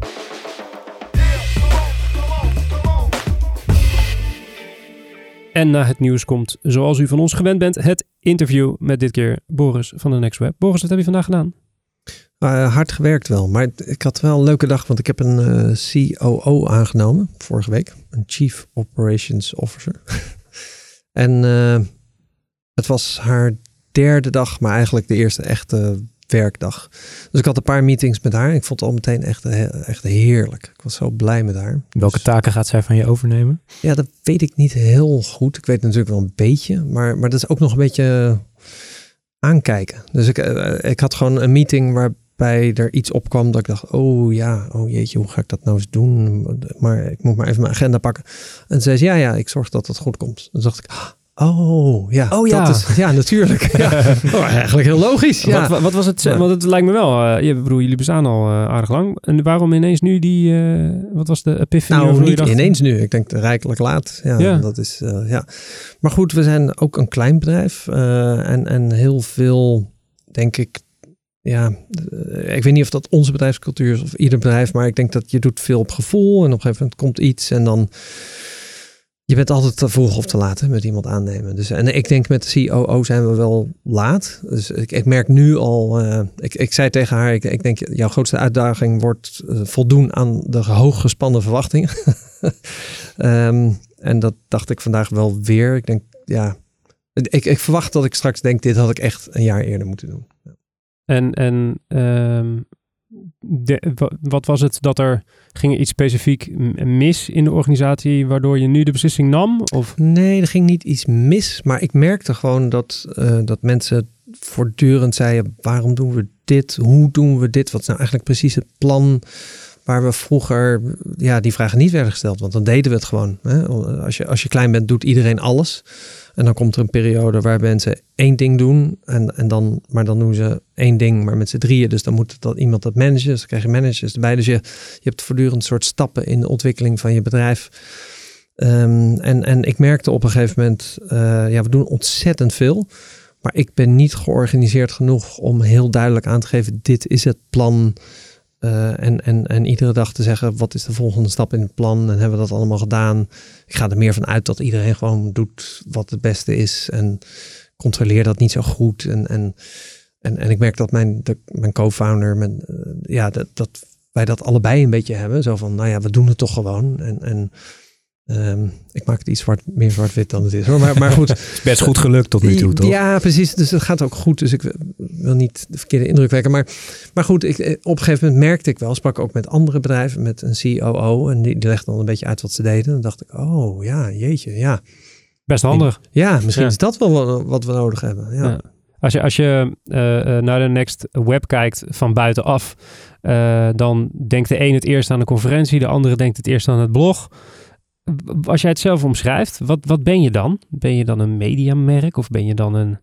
En na het nieuws komt, zoals u van ons gewend bent, het interview met dit keer Boris van de Next Web. Boris, wat heb je vandaag gedaan? Uh, hard gewerkt wel, maar ik had wel een leuke dag, want ik heb een uh, C O O aangenomen vorige week. Een Chief Operations Officer. en uh, het was haar derde dag, maar eigenlijk de eerste echte werkdag. Dus ik had een paar meetings met haar. Ik vond het al meteen echt, echt heerlijk. Ik was zo blij met haar. Welke dus, taken gaat zij van je overnemen? Ja, dat weet ik niet heel goed. Ik weet natuurlijk wel een beetje, maar, maar dat is ook nog een beetje aankijken. Dus ik, uh, ik had gewoon een meeting waarbij er iets opkwam dat ik dacht, oh ja, oh jeetje, hoe ga ik dat nou eens doen? Maar ik moet maar even mijn agenda pakken. En ze zei, ja, ja, ik zorg dat het goed komt. Dan dacht ik, ah, Oh, ja. Oh, ja. Dat is, ja, natuurlijk. Ja. Oh, eigenlijk heel logisch. Ja. Wat, wat was het? Want het lijkt me wel... Uh, je, bedoel, jullie bestaan al uh, aardig lang. En waarom ineens nu die... Uh, wat was de epiphany? Nou, niet ineens nu. Ik denk rijkelijk laat. Ja, ja. Dat is, uh, ja. Maar goed, we zijn ook een klein bedrijf. Uh, en, en heel veel, denk ik... Ja, uh, ik weet niet of dat onze bedrijfscultuur is of ieder bedrijf. Maar ik denk dat je doet veel op gevoel. En op een gegeven moment komt iets en dan... Je bent altijd te vroeg of te laat hè, met iemand aannemen. Dus, en ik denk met de C O O zijn we wel laat. Dus ik, ik merk nu al... Uh, ik, ik zei tegen haar, ik, ik denk jouw grootste uitdaging wordt uh, voldoen aan de hooggespannen verwachtingen. um, en dat dacht ik vandaag wel weer. Ik denk, ja... Ik, ik verwacht dat ik straks denk, dit had ik echt een jaar eerder moeten doen. Ja. En... en um... De, wat was het dat er ging iets specifiek mis in de organisatie waardoor je nu de beslissing nam? Of? Nee, er ging niet iets mis, maar ik merkte gewoon dat, uh, dat mensen voortdurend zeiden, waarom doen we dit? Hoe doen we dit? Wat is nou eigenlijk precies het plan waar we vroeger ja, die vragen niet werden gesteld? Want dan deden we het gewoon. Hè? Als je, als je klein bent, doet iedereen alles. En dan komt er een periode waar mensen één ding doen. En, en dan, maar dan doen ze één ding, maar met z'n drieën. Dus dan moet dat, iemand dat managen. Dus dan krijg je managers erbij. Dus je, je hebt voortdurend een soort stappen in de ontwikkeling van je bedrijf. Um, en, en ik merkte op een gegeven moment, uh, ja, we doen ontzettend veel. Maar ik ben niet georganiseerd genoeg om heel duidelijk aan te geven, dit is het plan. Uh, en, en, en iedere dag te zeggen, wat is de volgende stap in het plan? En hebben we dat allemaal gedaan? Ik ga er meer van uit dat iedereen gewoon doet wat het beste is. En controleer dat niet zo goed. En, en, en, en ik merk dat mijn, de, mijn co-founder, mijn, uh, ja, dat, dat wij dat allebei een beetje hebben. Zo van, nou ja, we doen het toch gewoon. En, en um, ik maak het iets zwart, meer zwart-wit dan het is. Hoor. Maar, maar goed. Het is best goed gelukt tot nu toe, toch? Ja, precies. Dus het gaat ook goed. Dus ik wil niet de verkeerde indruk wekken. Maar, maar goed, ik, op een gegeven moment merkte ik wel, sprak ook met andere bedrijven, met een C O O. En die, die legde dan een beetje uit wat ze deden. Dan dacht ik, oh ja, jeetje, ja. Best handig. Ja, misschien ja. is dat wel wat we nodig hebben. Ja. Ja. Als je, als je uh, naar de Next Web kijkt van buitenaf, uh, dan denkt de een het eerst aan de conferentie, de andere denkt het eerst aan het blog. Als jij het zelf omschrijft, wat, wat ben je dan? Ben je dan een mediamerk of ben je dan een...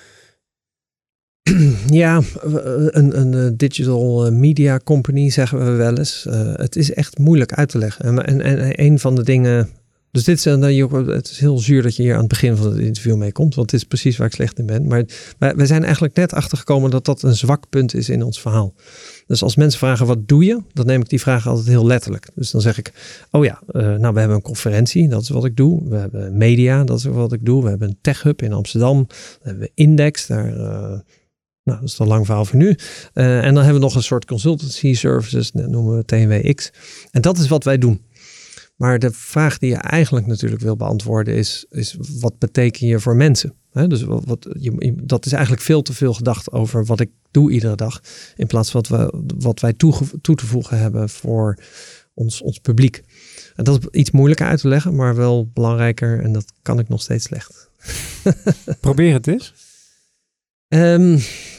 Ja, een, een digital media company zeggen we wel eens. Uh, het is echt moeilijk uit te leggen. En, en, en een van de dingen... Dus dit is, het is heel zuur dat je hier aan het begin van het interview mee komt. Want het is precies waar ik slecht in ben. Maar wij, wij zijn eigenlijk net achtergekomen dat dat een zwak punt is in ons verhaal. Dus als mensen vragen wat doe je? Dan neem ik die vraag altijd heel letterlijk. Dus dan zeg ik, oh ja, uh, nou we hebben een conferentie. Dat is wat ik doe. We hebben media. Dat is wat ik doe. We hebben een tech hub in Amsterdam. We hebben Index. Daar... Uh, Nou, dat is een lang verhaal voor nu. Uh, en dan hebben we nog een soort consultancy services, dat noemen we T N W X. En dat is wat wij doen. Maar de vraag die je eigenlijk natuurlijk wil beantwoorden is, is wat betekent je voor mensen? He, dus wat, wat, je, dat is eigenlijk veel te veel gedacht over wat ik doe iedere dag. In plaats van wat, we, wat wij toe, toe te voegen hebben voor ons, ons publiek. En dat is iets moeilijker uit te leggen, maar wel belangrijker. En dat kan ik nog steeds slecht. Probeer het eens. Um,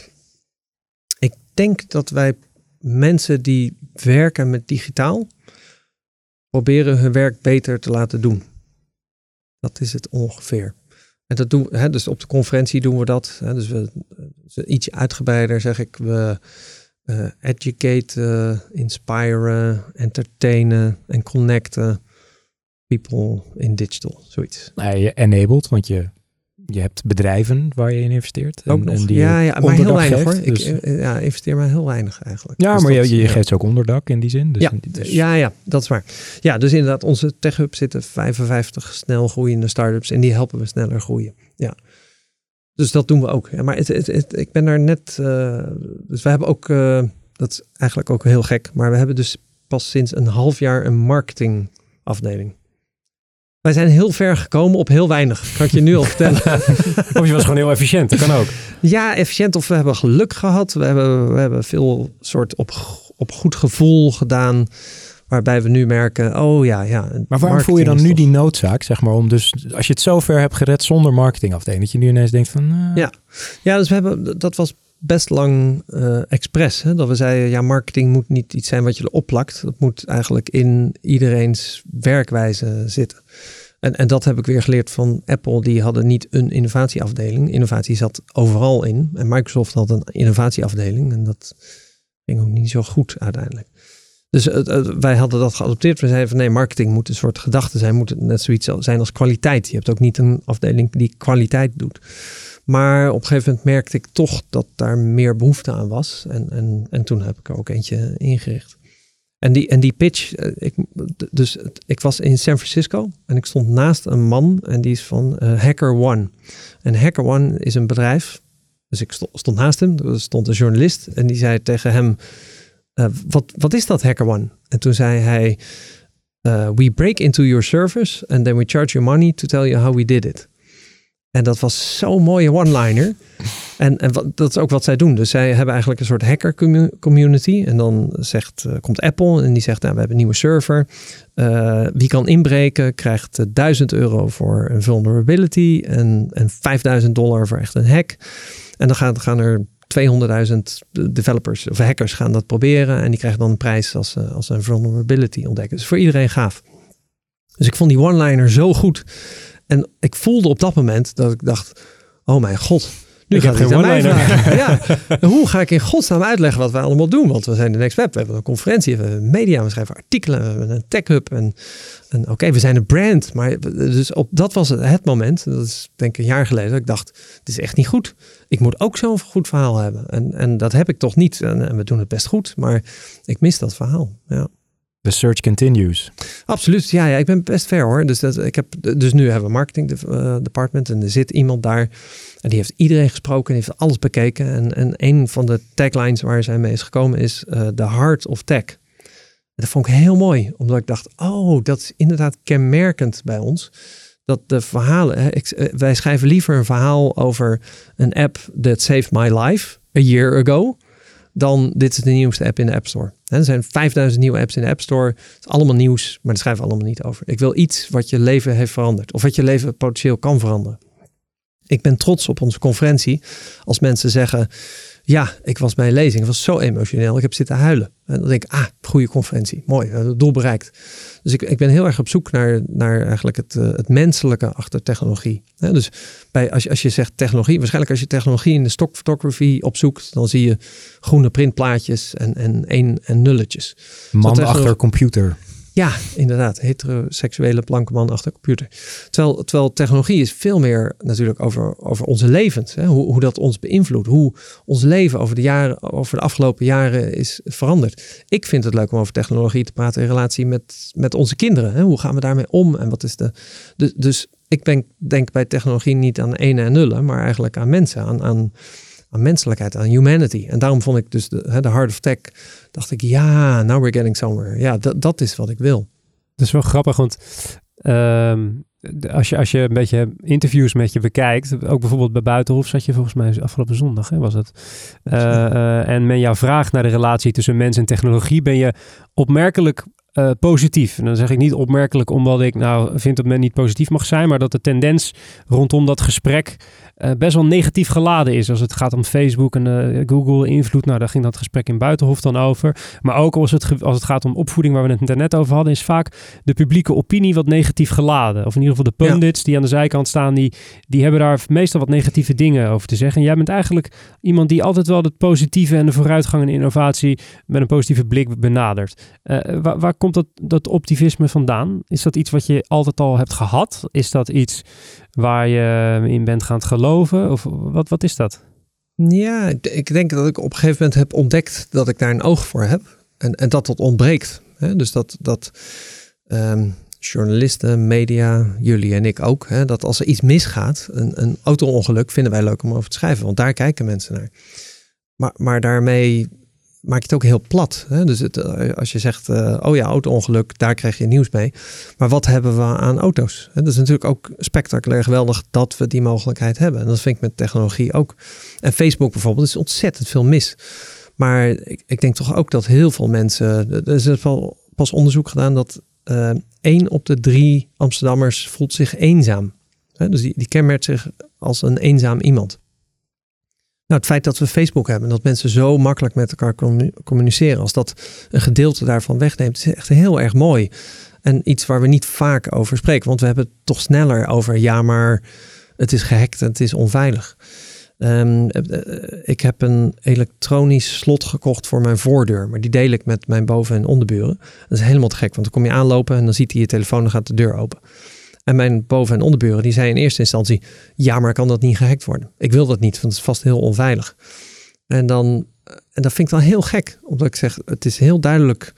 ik denk dat wij mensen die werken met digitaal proberen hun werk beter te laten doen. Dat is het ongeveer. En dat doen we, hè, dus op de conferentie doen we dat. Hè, dus we dus iets uitgebreider zeg ik. We uh, educate, uh, inspiren, entertainen en connecten people in digital. Zoiets. Nou, je enabled, want je Je hebt bedrijven waar je in investeert. Ook en, nog. En die ja, ja, maar heel weinig geeft, hoor. Dus... Ik ja, investeer maar heel weinig eigenlijk. Ja, dus maar dat, je, je ja. geeft ze ook onderdak in die zin. Dus, ja, dus... ja, ja, dat is waar. Ja, dus inderdaad, onze Tech Hub zitten vijfenvijftig snel groeiende start-ups en die helpen we sneller groeien. Ja. Dus dat doen we ook. Ja, maar het, het, het, ik ben daar net... Uh, dus we hebben ook... Uh, dat is eigenlijk ook heel gek. Maar we hebben dus pas sinds een half jaar een marketingafdeling. Wij zijn heel ver gekomen op heel weinig. Kan ik je nu al vertellen. Of je was gewoon heel efficiënt. Dat kan ook. Ja, efficiënt. Of we hebben geluk gehad. We hebben, we hebben veel soort op, op goed gevoel gedaan. Waarbij we nu merken, oh ja, ja. Maar waarom voel je dan nu toch... die noodzaak, zeg maar, om dus, als je het zo ver hebt gered zonder marketingafdeling, dat je nu ineens denkt van... Uh... Ja. ja, dus we hebben, dat was best lang uh, expres. Hè? Dat we zeiden, ja, marketing moet niet iets zijn wat je erop plakt. Dat moet eigenlijk in iedereen's werkwijze zitten. En, en dat heb ik weer geleerd van Apple. Die hadden niet een innovatieafdeling. Innovatie zat overal in. En Microsoft had een innovatieafdeling. En dat ging ook niet zo goed uiteindelijk. Dus uh, uh, wij hadden dat geadopteerd. We zeiden van nee, marketing moet een soort gedachte zijn. Moet net zoiets zijn als kwaliteit. Je hebt ook niet een afdeling die kwaliteit doet. Maar op een gegeven moment merkte ik toch dat daar meer behoefte aan was. En, en, en toen heb ik er ook eentje ingericht. En die, en die pitch, ik, dus ik was in San Francisco en ik stond naast een man en die is van uh, HackerOne. En HackerOne is een bedrijf, dus ik stond, stond naast hem, er stond een journalist en die zei tegen hem, uh, wat, wat is dat HackerOne? En toen zei hij, uh, we break into your servers and then we charge you money to tell you how we did it. En dat was zo'n mooie one-liner. En, en wat, dat is ook wat zij doen. Dus zij hebben eigenlijk een soort hacker community. En dan zegt, uh, komt Apple en die zegt, nou, we hebben een nieuwe server. Uh, wie kan inbreken krijgt uh, duizend euro voor een vulnerability. En, en vijfduizend dollar voor echt een hack. En dan gaan, gaan er tweehonderdduizend developers of hackers gaan dat proberen. En die krijgen dan een prijs als, uh, als een vulnerability ontdekken. Dus voor iedereen gaaf. Dus ik vond die one-liner zo goed. En ik voelde op dat moment dat ik dacht, oh mijn god, nu ik gaat heb het geen aan mij one-liner. vragen. Ja, hoe ga ik in godsnaam uitleggen wat wij allemaal doen? Want we zijn de Next Web, we hebben een conferentie, we hebben media, we schrijven artikelen, we hebben een tech hub. En, en oké, okay, we zijn een brand. Maar dus op, dat was het, het moment, dat is denk ik een jaar geleden, dat ik dacht, het is echt niet goed. Ik moet ook zo'n goed verhaal hebben. En, en dat heb ik toch niet. En, en we doen het best goed, maar ik mis dat verhaal. Ja. The search continues. Absoluut, ja, ja, ik ben best ver hoor. Dus, dat, ik heb, dus nu hebben we een marketing de, uh, department en er zit iemand daar en die heeft iedereen gesproken en heeft alles bekeken. En, en een van de taglines waar zij mee is gekomen is uh, the heart of tech. En dat vond ik heel mooi, omdat ik dacht, oh, dat is inderdaad kenmerkend bij ons. Dat de verhalen, hè, ik, uh, wij schrijven liever een verhaal over een app that saved my life a year ago, dan dit is de nieuwste app in de App Store. Er zijn vijfduizend nieuwe apps in de App Store. Het is allemaal nieuws, maar daar schrijven we allemaal niet over. Ik wil iets wat je leven heeft veranderd. Of wat je leven potentieel kan veranderen. Ik ben trots op onze conferentie. Als mensen zeggen, ja, ik was bij een lezing. Het was zo emotioneel. Ik heb zitten huilen. En dan denk ik, ah, goede conferentie. Mooi, het doel bereikt. Dus ik, ik ben heel erg op zoek naar, naar eigenlijk het, uh, het menselijke achter technologie. He, dus bij, als, je, als je zegt technologie, waarschijnlijk als je technologie in de stock photography opzoekt, dan zie je groene printplaatjes en, en een en nulletjes. Man achter computer. Ja, inderdaad. Heteroseksuele blanke man achter computer. Terwijl, terwijl technologie is veel meer natuurlijk over, over onze levens. Hè? Hoe, hoe dat ons beïnvloedt. Hoe ons leven over de, jaren, over de afgelopen jaren is veranderd. Ik vind het leuk om over technologie te praten in relatie met, met onze kinderen. Hè? Hoe gaan we daarmee om? En wat is de. Dus, dus ik ben, denk bij technologie niet aan ene en nullen, maar eigenlijk aan mensen. Aan, aan, aan menselijkheid, aan humanity. En daarom vond ik dus de, de heart of tech. Dacht ik, ja, now we're getting somewhere. Ja, dat, dat is wat ik wil. Dat is wel grappig, want um, als, je, als je een beetje interviews met je bekijkt, ook bijvoorbeeld bij Buitenhof zat je volgens mij afgelopen zondag, hè, was het. Uh, uh, en men jou vraagt naar de relatie tussen mens en technologie, ben je opmerkelijk uh, positief. En dan zeg ik niet opmerkelijk omdat ik nou vind dat men niet positief mag zijn, maar dat de tendens rondom dat gesprek uh, best wel negatief geladen is. Als het gaat om Facebook en uh, Google invloed, nou daar ging dat gesprek in Buitenhof dan over. Maar ook als het, ge- als het gaat om opvoeding, waar we het net over hadden, is vaak de publieke opinie wat negatief geladen. Of in ieder geval de pundits ja. die aan de zijkant staan, die, die hebben daar meestal wat negatieve dingen over te zeggen. En jij bent eigenlijk iemand die altijd wel het positieve en de vooruitgang en innovatie met een positieve blik benadert. Uh, waar, waar komt dat, dat optimisme vandaan? Is dat iets wat je altijd al hebt gehad? Is dat iets waar je in bent gaan geloven? Of wat, wat is dat? Ja, ik denk dat ik op een gegeven moment heb ontdekt dat ik daar een oog voor heb. En, en dat dat ontbreekt. Hè? Dus dat, dat um, journalisten, media, jullie en ik ook. Hè? Dat als er iets misgaat, een, een auto-ongeluk, vinden wij leuk om over te schrijven. Want daar kijken mensen naar. Maar, maar daarmee maak je het ook heel plat. Hè? Dus het, als je zegt, uh, oh ja, auto-ongeluk, daar krijg je nieuws mee. Maar wat hebben we aan auto's? Hè? Dat is natuurlijk ook spectaculair geweldig dat we die mogelijkheid hebben. En dat vind ik met technologie ook. En Facebook bijvoorbeeld, is ontzettend veel mis. Maar ik, ik denk toch ook dat heel veel mensen, er is wel pas onderzoek gedaan dat uh, één op de drie Amsterdammers voelt zich eenzaam. Hè? Dus die, die kenmerkt zich als een eenzaam iemand. Nou, het feit dat we Facebook hebben, dat mensen zo makkelijk met elkaar communiceren, als dat een gedeelte daarvan wegneemt, is echt heel erg mooi. En iets waar we niet vaak over spreken. Want we hebben het toch sneller over, ja, maar het is gehackt en het is onveilig. Um, ik heb een elektronisch slot gekocht voor mijn voordeur. Maar die deel ik met mijn boven- en onderburen. Dat is helemaal te gek. Want dan kom je aanlopen en dan ziet hij je telefoon en dan gaat de deur open. En mijn boven- en onderburen die zei in eerste instantie, ja, maar kan dat niet gehackt worden? Ik wil dat niet, want het is vast heel onveilig. En dan, en dat vind ik dan heel gek. Omdat ik zeg, het is heel duidelijk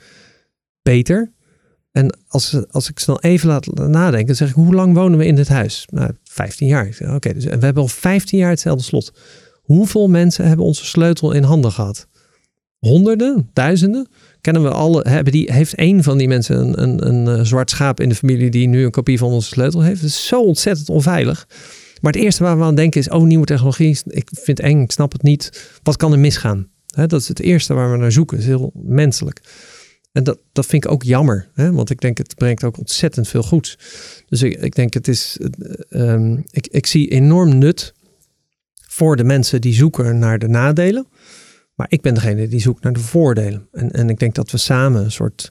beter. En als, als ik snel even laat nadenken, dan zeg ik, hoe lang wonen we in dit huis? Nou, vijftien jaar. Oké, okay, dus en we hebben al vijftien jaar hetzelfde slot. Hoeveel mensen hebben onze sleutel in handen gehad? Honderden? Duizenden? Kennen we alle? Hebben die, heeft één van die mensen een, een, een zwart schaap in de familie die nu een kopie van onze sleutel heeft? Het is zo ontzettend onveilig. Maar het eerste waar we aan denken is, oh, nieuwe technologie. Ik vind het eng, ik snap het niet. Wat kan er misgaan? He, dat is het eerste waar we naar zoeken. Het is heel menselijk. En dat, dat vind ik ook jammer. Hè? Want ik denk, het brengt ook ontzettend veel goeds. Dus ik, ik denk, het is... Um, ik, ik zie enorm nut voor de mensen die zoeken naar de nadelen. Maar ik ben degene die zoekt naar de voordelen. En, en ik denk dat we samen een soort...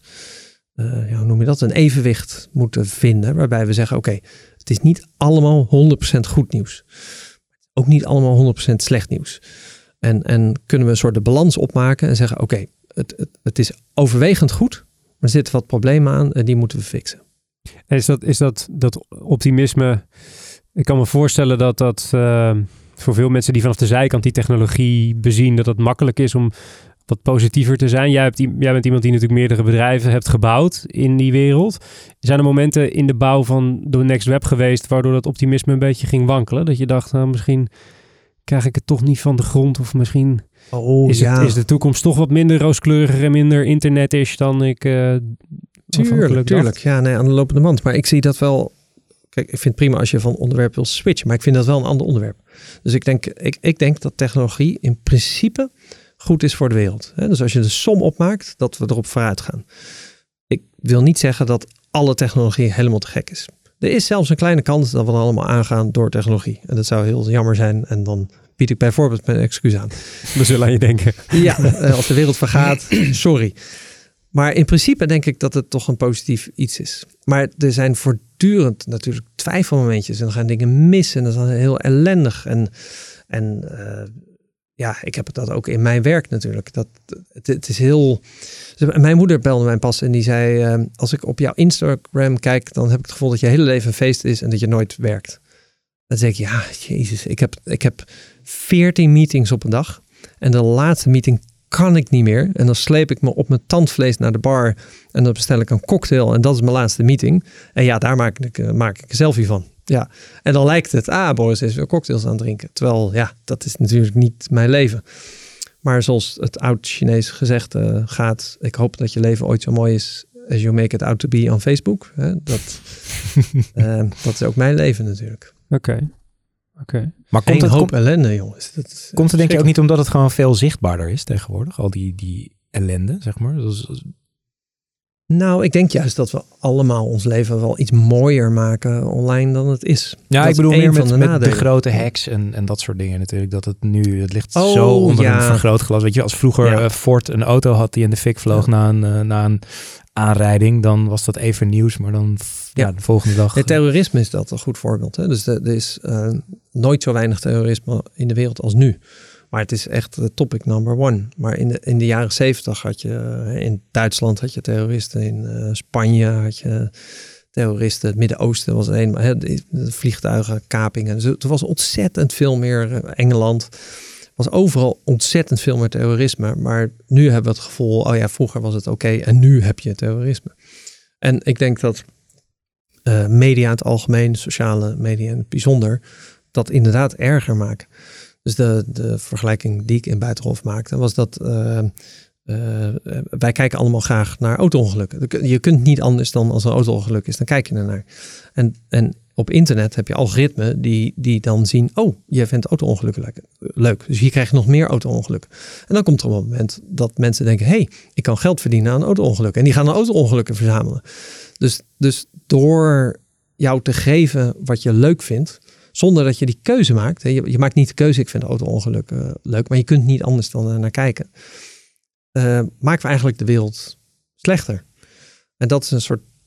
Uh, ja, hoe noem je dat? Een evenwicht moeten vinden. Waarbij we zeggen, oké, okay, het is niet allemaal honderd procent goed nieuws. Ook niet allemaal honderd procent slecht nieuws. En, en kunnen we een soort de balans opmaken en zeggen, oké, okay, Het, het, het is overwegend goed, maar er zitten wat problemen aan en die moeten we fixen. En is dat, is dat, dat optimisme, ik kan me voorstellen dat dat uh, voor veel mensen die vanaf de zijkant die technologie bezien, dat het makkelijk is om wat positiever te zijn. Jij, hebt, jij bent iemand die natuurlijk meerdere bedrijven hebt gebouwd in die wereld. Zijn er momenten in de bouw van de Next Web geweest waardoor dat optimisme een beetje ging wankelen? Dat je dacht, nou, misschien krijg ik het toch niet van de grond of misschien... Oh, is, ja. het, is de toekomst toch wat minder rooskleurig en minder internetisch dan ik... Uh, tuurlijk, tuurlijk. Ja, nee, aan de lopende band. Maar ik zie dat wel... Kijk, ik vind het prima als je van onderwerp wil switchen. Maar ik vind dat wel een ander onderwerp. Dus ik denk, ik, ik denk dat technologie in principe goed is voor de wereld. Hè? Dus als je de som opmaakt, dat we erop vooruit gaan. Ik wil niet zeggen dat alle technologie helemaal te gek is. Er is zelfs een kleine kans dat we er allemaal aangaan door technologie. En dat zou heel jammer zijn. En dan... bied ik bijvoorbeeld mijn excuus aan. We zullen aan je denken. Ja, als de wereld vergaat, sorry. Maar in principe denk ik dat het toch een positief iets is. Maar er zijn voortdurend natuurlijk twijfelmomentjes. En dan gaan dingen mis en dat is dan heel ellendig. En, en uh, ja, ik heb dat ook in mijn werk natuurlijk. Dat, het, het is heel... Mijn moeder belde mij pas en die zei... Uh, als ik op jouw Instagram kijk, dan heb ik het gevoel dat je hele leven een feest is en dat je nooit werkt. Dan zeg ik, ja, jezus, ik heb, ik heb veertien meetings op een dag. En de laatste meeting kan ik niet meer. En dan sleep ik me op mijn tandvlees naar de bar. En dan bestel ik een cocktail. En dat is mijn laatste meeting. En ja, daar maak ik, uh, maak ik een selfie van. Ja. En dan lijkt het, ah, Boris is weer cocktails aan het drinken. Terwijl, ja, dat is natuurlijk niet mijn leven. Maar zoals het oud Chinees gezegd uh, gaat. Ik hoop dat je leven ooit zo mooi is as you make it out to be on Facebook. Hè? Dat, uh, dat is ook mijn leven natuurlijk. Oké. Okay. Okay. Maar komt Eén het hoop kom, ellende, jongens. Dat is, komt het denk je ook niet omdat het gewoon veel zichtbaarder is tegenwoordig? Al die, die ellende, zeg maar. Dus, nou, ik denk juist dat we allemaal ons leven wel iets mooier maken online dan het is. Ja, dat ik bedoel meer met, de, met de grote hacks en, en dat soort dingen natuurlijk. Dat het nu, het ligt oh, zo onder ja. een vergrootglas. Weet je, als vroeger ja. uh, Ford een auto had die in de fik vloog ja. na, een, uh, na een aanrijding, dan was dat even nieuws. Maar dan ja, ja de volgende dag... Het terrorisme is dat een goed voorbeeld. Hè? Dus er is uh, nooit zo weinig terrorisme in de wereld als nu. Maar het is echt de topic number one. Maar in de, in de jaren zeventig had je... In Duitsland had je terroristen. In uh, Spanje had je terroristen. Het Midden-Oosten was een... Hè, de, de vliegtuigen, kapingen. Dus er was ontzettend veel meer... Uh, Engeland was overal ontzettend veel meer terrorisme. Maar nu hebben we het gevoel... Oh ja, vroeger was het oké. Okay, en nu heb je terrorisme. En ik denk dat... Uh, media in het algemeen, sociale media in het bijzonder... dat inderdaad erger maken. Dus de, de vergelijking die ik in Buitenhof maakte, was dat uh, uh, wij kijken allemaal graag naar auto-ongelukken. Je kunt niet anders dan als er een auto-ongeluk is, dan kijk je ernaar. En, en op internet heb je algoritmen die, die dan zien, oh, je vindt auto-ongelukken leuk. Dus hier krijg je nog meer auto-ongelukken. En dan komt er een moment dat mensen denken, hé, hey, ik kan geld verdienen aan auto-ongelukken. En die gaan auto-ongelukken verzamelen. Dus, dus door jou te geven wat je leuk vindt, zonder dat je die keuze maakt. Je, je maakt niet de keuze, ik vind auto-ongelukken uh, leuk, maar je kunt niet anders dan uh, naar kijken. Uh, maken we eigenlijk de wereld slechter. En dat is een soort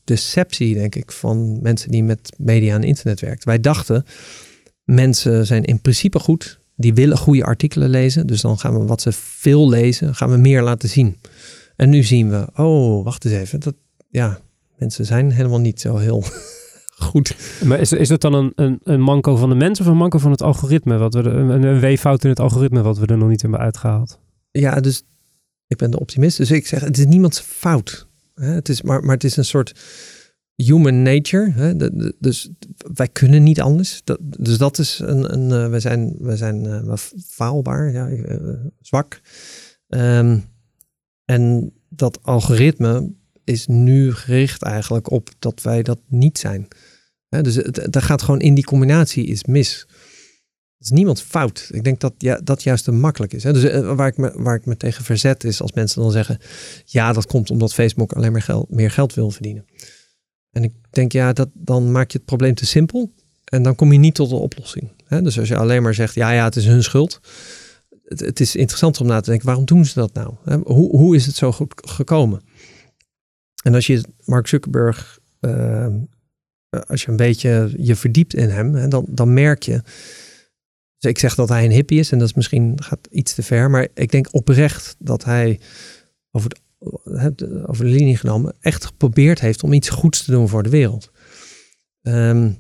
deceptie, denk ik, van mensen die met media en internet werken. Wij dachten, mensen zijn in principe goed. Die willen goede artikelen lezen. Dus dan gaan we wat ze veel lezen, gaan we meer laten zien. En nu zien we, oh, wacht eens even. Dat, ja, mensen zijn helemaal niet zo heel goed. Maar is, is dat dan een, een, een manco van de mens of een manco van het algoritme? Wat we er, een, een weeffout in het algoritme wat we er nog niet hebben uitgehaald? Ja, dus ik ben de optimist. Dus ik zeg, het is niemands fout. Hè? Het is, maar, maar het is een soort human nature. Hè? De, de, dus wij kunnen niet anders. Dat, dus dat is een... een uh, wij zijn, wij zijn uh, faalbaar, ja, uh, zwak. Um, en dat algoritme is nu gericht eigenlijk op dat wij dat niet zijn. Hè? Dus het, dat gaat gewoon in die combinatie is mis. Het is niemand fout. Ik denk dat ja, dat juist te makkelijk is. Hè? Dus uh, waar, ik me, waar ik me tegen verzet is als mensen dan zeggen, ja, dat komt omdat Facebook alleen maar geld, meer geld wil verdienen. En ik denk, ja, dat, dan maak je het probleem te simpel. En dan kom je niet tot een oplossing. Hè? Dus als je alleen maar zegt, ja, ja, het is hun schuld. Het, het is interessant om na te denken, waarom doen ze dat nou? Hè? Hoe, hoe is het zo goed gekomen? En als je Mark Zuckerberg, uh, als je een beetje je verdiept in hem, hè, dan, dan merk je. Dus ik zeg dat hij een hippie is en dat is misschien gaat iets te ver. Maar ik denk oprecht dat hij over de over de linie genomen, echt geprobeerd heeft om iets goeds te doen voor de wereld. Um,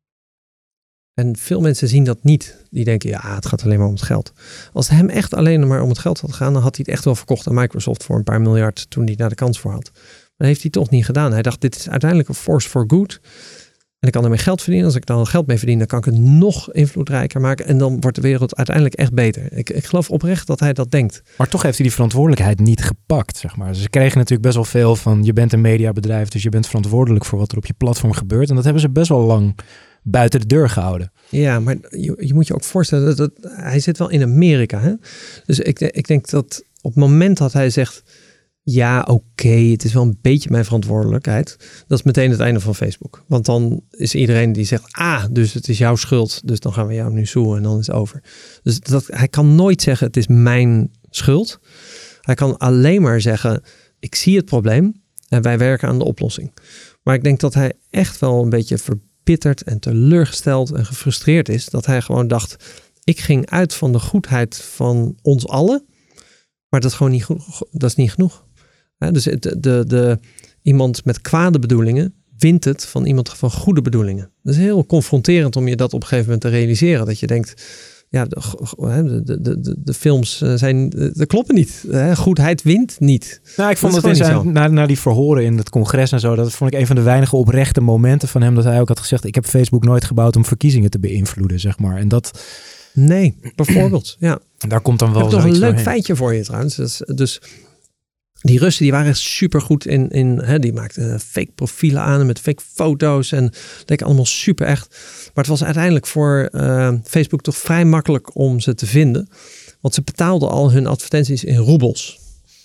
en veel mensen zien dat niet. Die denken, ja, het gaat alleen maar om het geld. Als het hem echt alleen maar om het geld had gegaan, dan had hij het echt wel verkocht aan Microsoft voor een paar miljard toen hij daar de kans voor had. Maar dat heeft hij toch niet gedaan. Hij dacht, dit is uiteindelijk een force for good. En ik kan ermee geld verdienen. Als ik dan geld mee verdien, dan kan ik het nog invloedrijker maken. En dan wordt de wereld uiteindelijk echt beter. Ik, ik geloof oprecht dat hij dat denkt. Maar toch heeft hij die verantwoordelijkheid niet gepakt, zeg maar. Ze kregen natuurlijk best wel veel van, je bent een mediabedrijf, dus je bent verantwoordelijk voor wat er op je platform gebeurt. En dat hebben ze best wel lang buiten de deur gehouden. Ja, maar je, je moet je ook voorstellen, dat, dat hij zit wel in Amerika. Hè? Dus ik, ik denk dat op het moment dat hij zegt, ja, oké, okay, het is wel een beetje mijn verantwoordelijkheid. Dat is meteen het einde van Facebook. Want dan is iedereen die zegt, ah, dus het is jouw schuld. Dus dan gaan we jou nu zoeken en dan is het over. Dus dat, hij kan nooit zeggen, het is mijn schuld. Hij kan alleen maar zeggen, ik zie het probleem en wij werken aan de oplossing. Maar ik denk dat hij echt wel een beetje verbitterd en teleurgesteld en gefrustreerd is. Dat hij gewoon dacht, ik ging uit van de goedheid van ons allen. Maar dat is gewoon niet, goed, dat is niet genoeg. Ja, dus de, de, de, iemand met kwade bedoelingen wint het van iemand van goede bedoelingen. Dat is heel confronterend om je dat op een gegeven moment te realiseren. Dat je denkt, ja, de, de, de, de, de films zijn, de kloppen niet. Goedheid wint niet. Nou, ik vond dat, dat in zijn, na, na die verhoren in het congres en zo, dat vond ik een van de weinige oprechte momenten van hem, dat hij ook had gezegd, ik heb Facebook nooit gebouwd om verkiezingen te beïnvloeden, zeg maar. En dat... Nee, bijvoorbeeld, ja. Daar komt dan wel ik heb nog een leuk doorheen. Feitje voor je trouwens. Dus, dus die Russen die waren super goed in, in hè, die maakten fake profielen aan met fake foto's en dat leek allemaal super echt. Maar het was uiteindelijk voor uh, Facebook toch vrij makkelijk om ze te vinden, want ze betaalden al hun advertenties in roebels.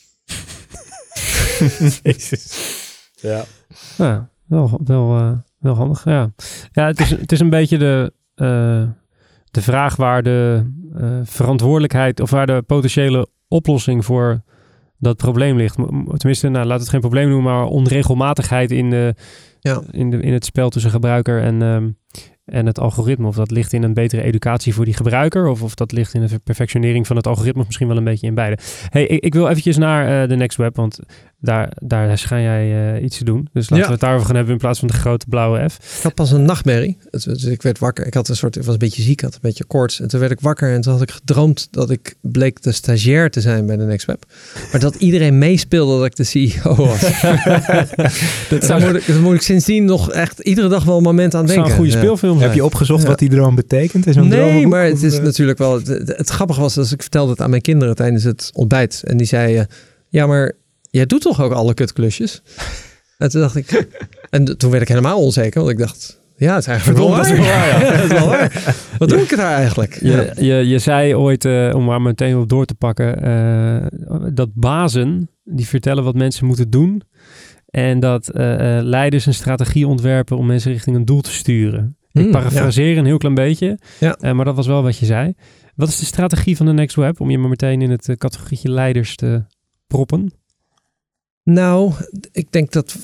ja. Ja, wel, wel, uh, wel handig. Ja, ja het, is, het is een beetje de. Uh, De vraag waar de uh, verantwoordelijkheid of waar de potentiële oplossing voor dat probleem ligt. Tenminste, nou, laat het geen probleem noemen, maar onregelmatigheid in, de, ja. in, de, in het spel tussen gebruiker en, um, en het algoritme. Of dat ligt in een betere educatie voor die gebruiker of of dat ligt in de perfectionering van het algoritme, of misschien wel een beetje in beide. Hey, ik, ik wil eventjes naar uh, de Next Web, want daar, daar schijn jij uh, iets te doen. Dus laten ja. we het daarover gaan hebben in plaats van de grote blauwe F. Ik had pas een nachtmerrie. Dus ik werd wakker. Ik had een soort, ik was een beetje ziek, had een beetje koorts. En toen werd ik wakker en toen had ik gedroomd dat ik bleek de stagiair te zijn bij de Next Web. Maar dat iedereen meespeelde dat ik de C E O was. dat Daar moet, ik, daar moet ik sindsdien nog echt iedere dag wel een moment aan denken. Een goede speelfilm. Ja. Heb je opgezocht ja. wat die droom betekent? Is nee, droomboek, maar het is of, natuurlijk wel... Het, het grappige was, als ik vertelde het aan mijn kinderen tijdens het ontbijt. En die zeiden, ja, maar jij doet toch ook alle kutklusjes? En toen dacht ik... En toen werd ik helemaal onzeker, want ik dacht... Ja, het is eigenlijk wel waar. Ja, ja. Het is wel waar. Wat doe ik er eigenlijk? Je, ja. je, je zei ooit, uh, om maar meteen op door te pakken... Uh, dat bazen, die vertellen wat mensen moeten doen... en dat uh, uh, leiders een strategie ontwerpen... om mensen richting een doel te sturen. Ik mm, parafraseer ja. een heel klein beetje, ja. uh, maar dat was wel wat je zei. Wat is de strategie van de Next Web... om je maar meteen in het uh, categorietje leiders te proppen? Nou, ik denk dat de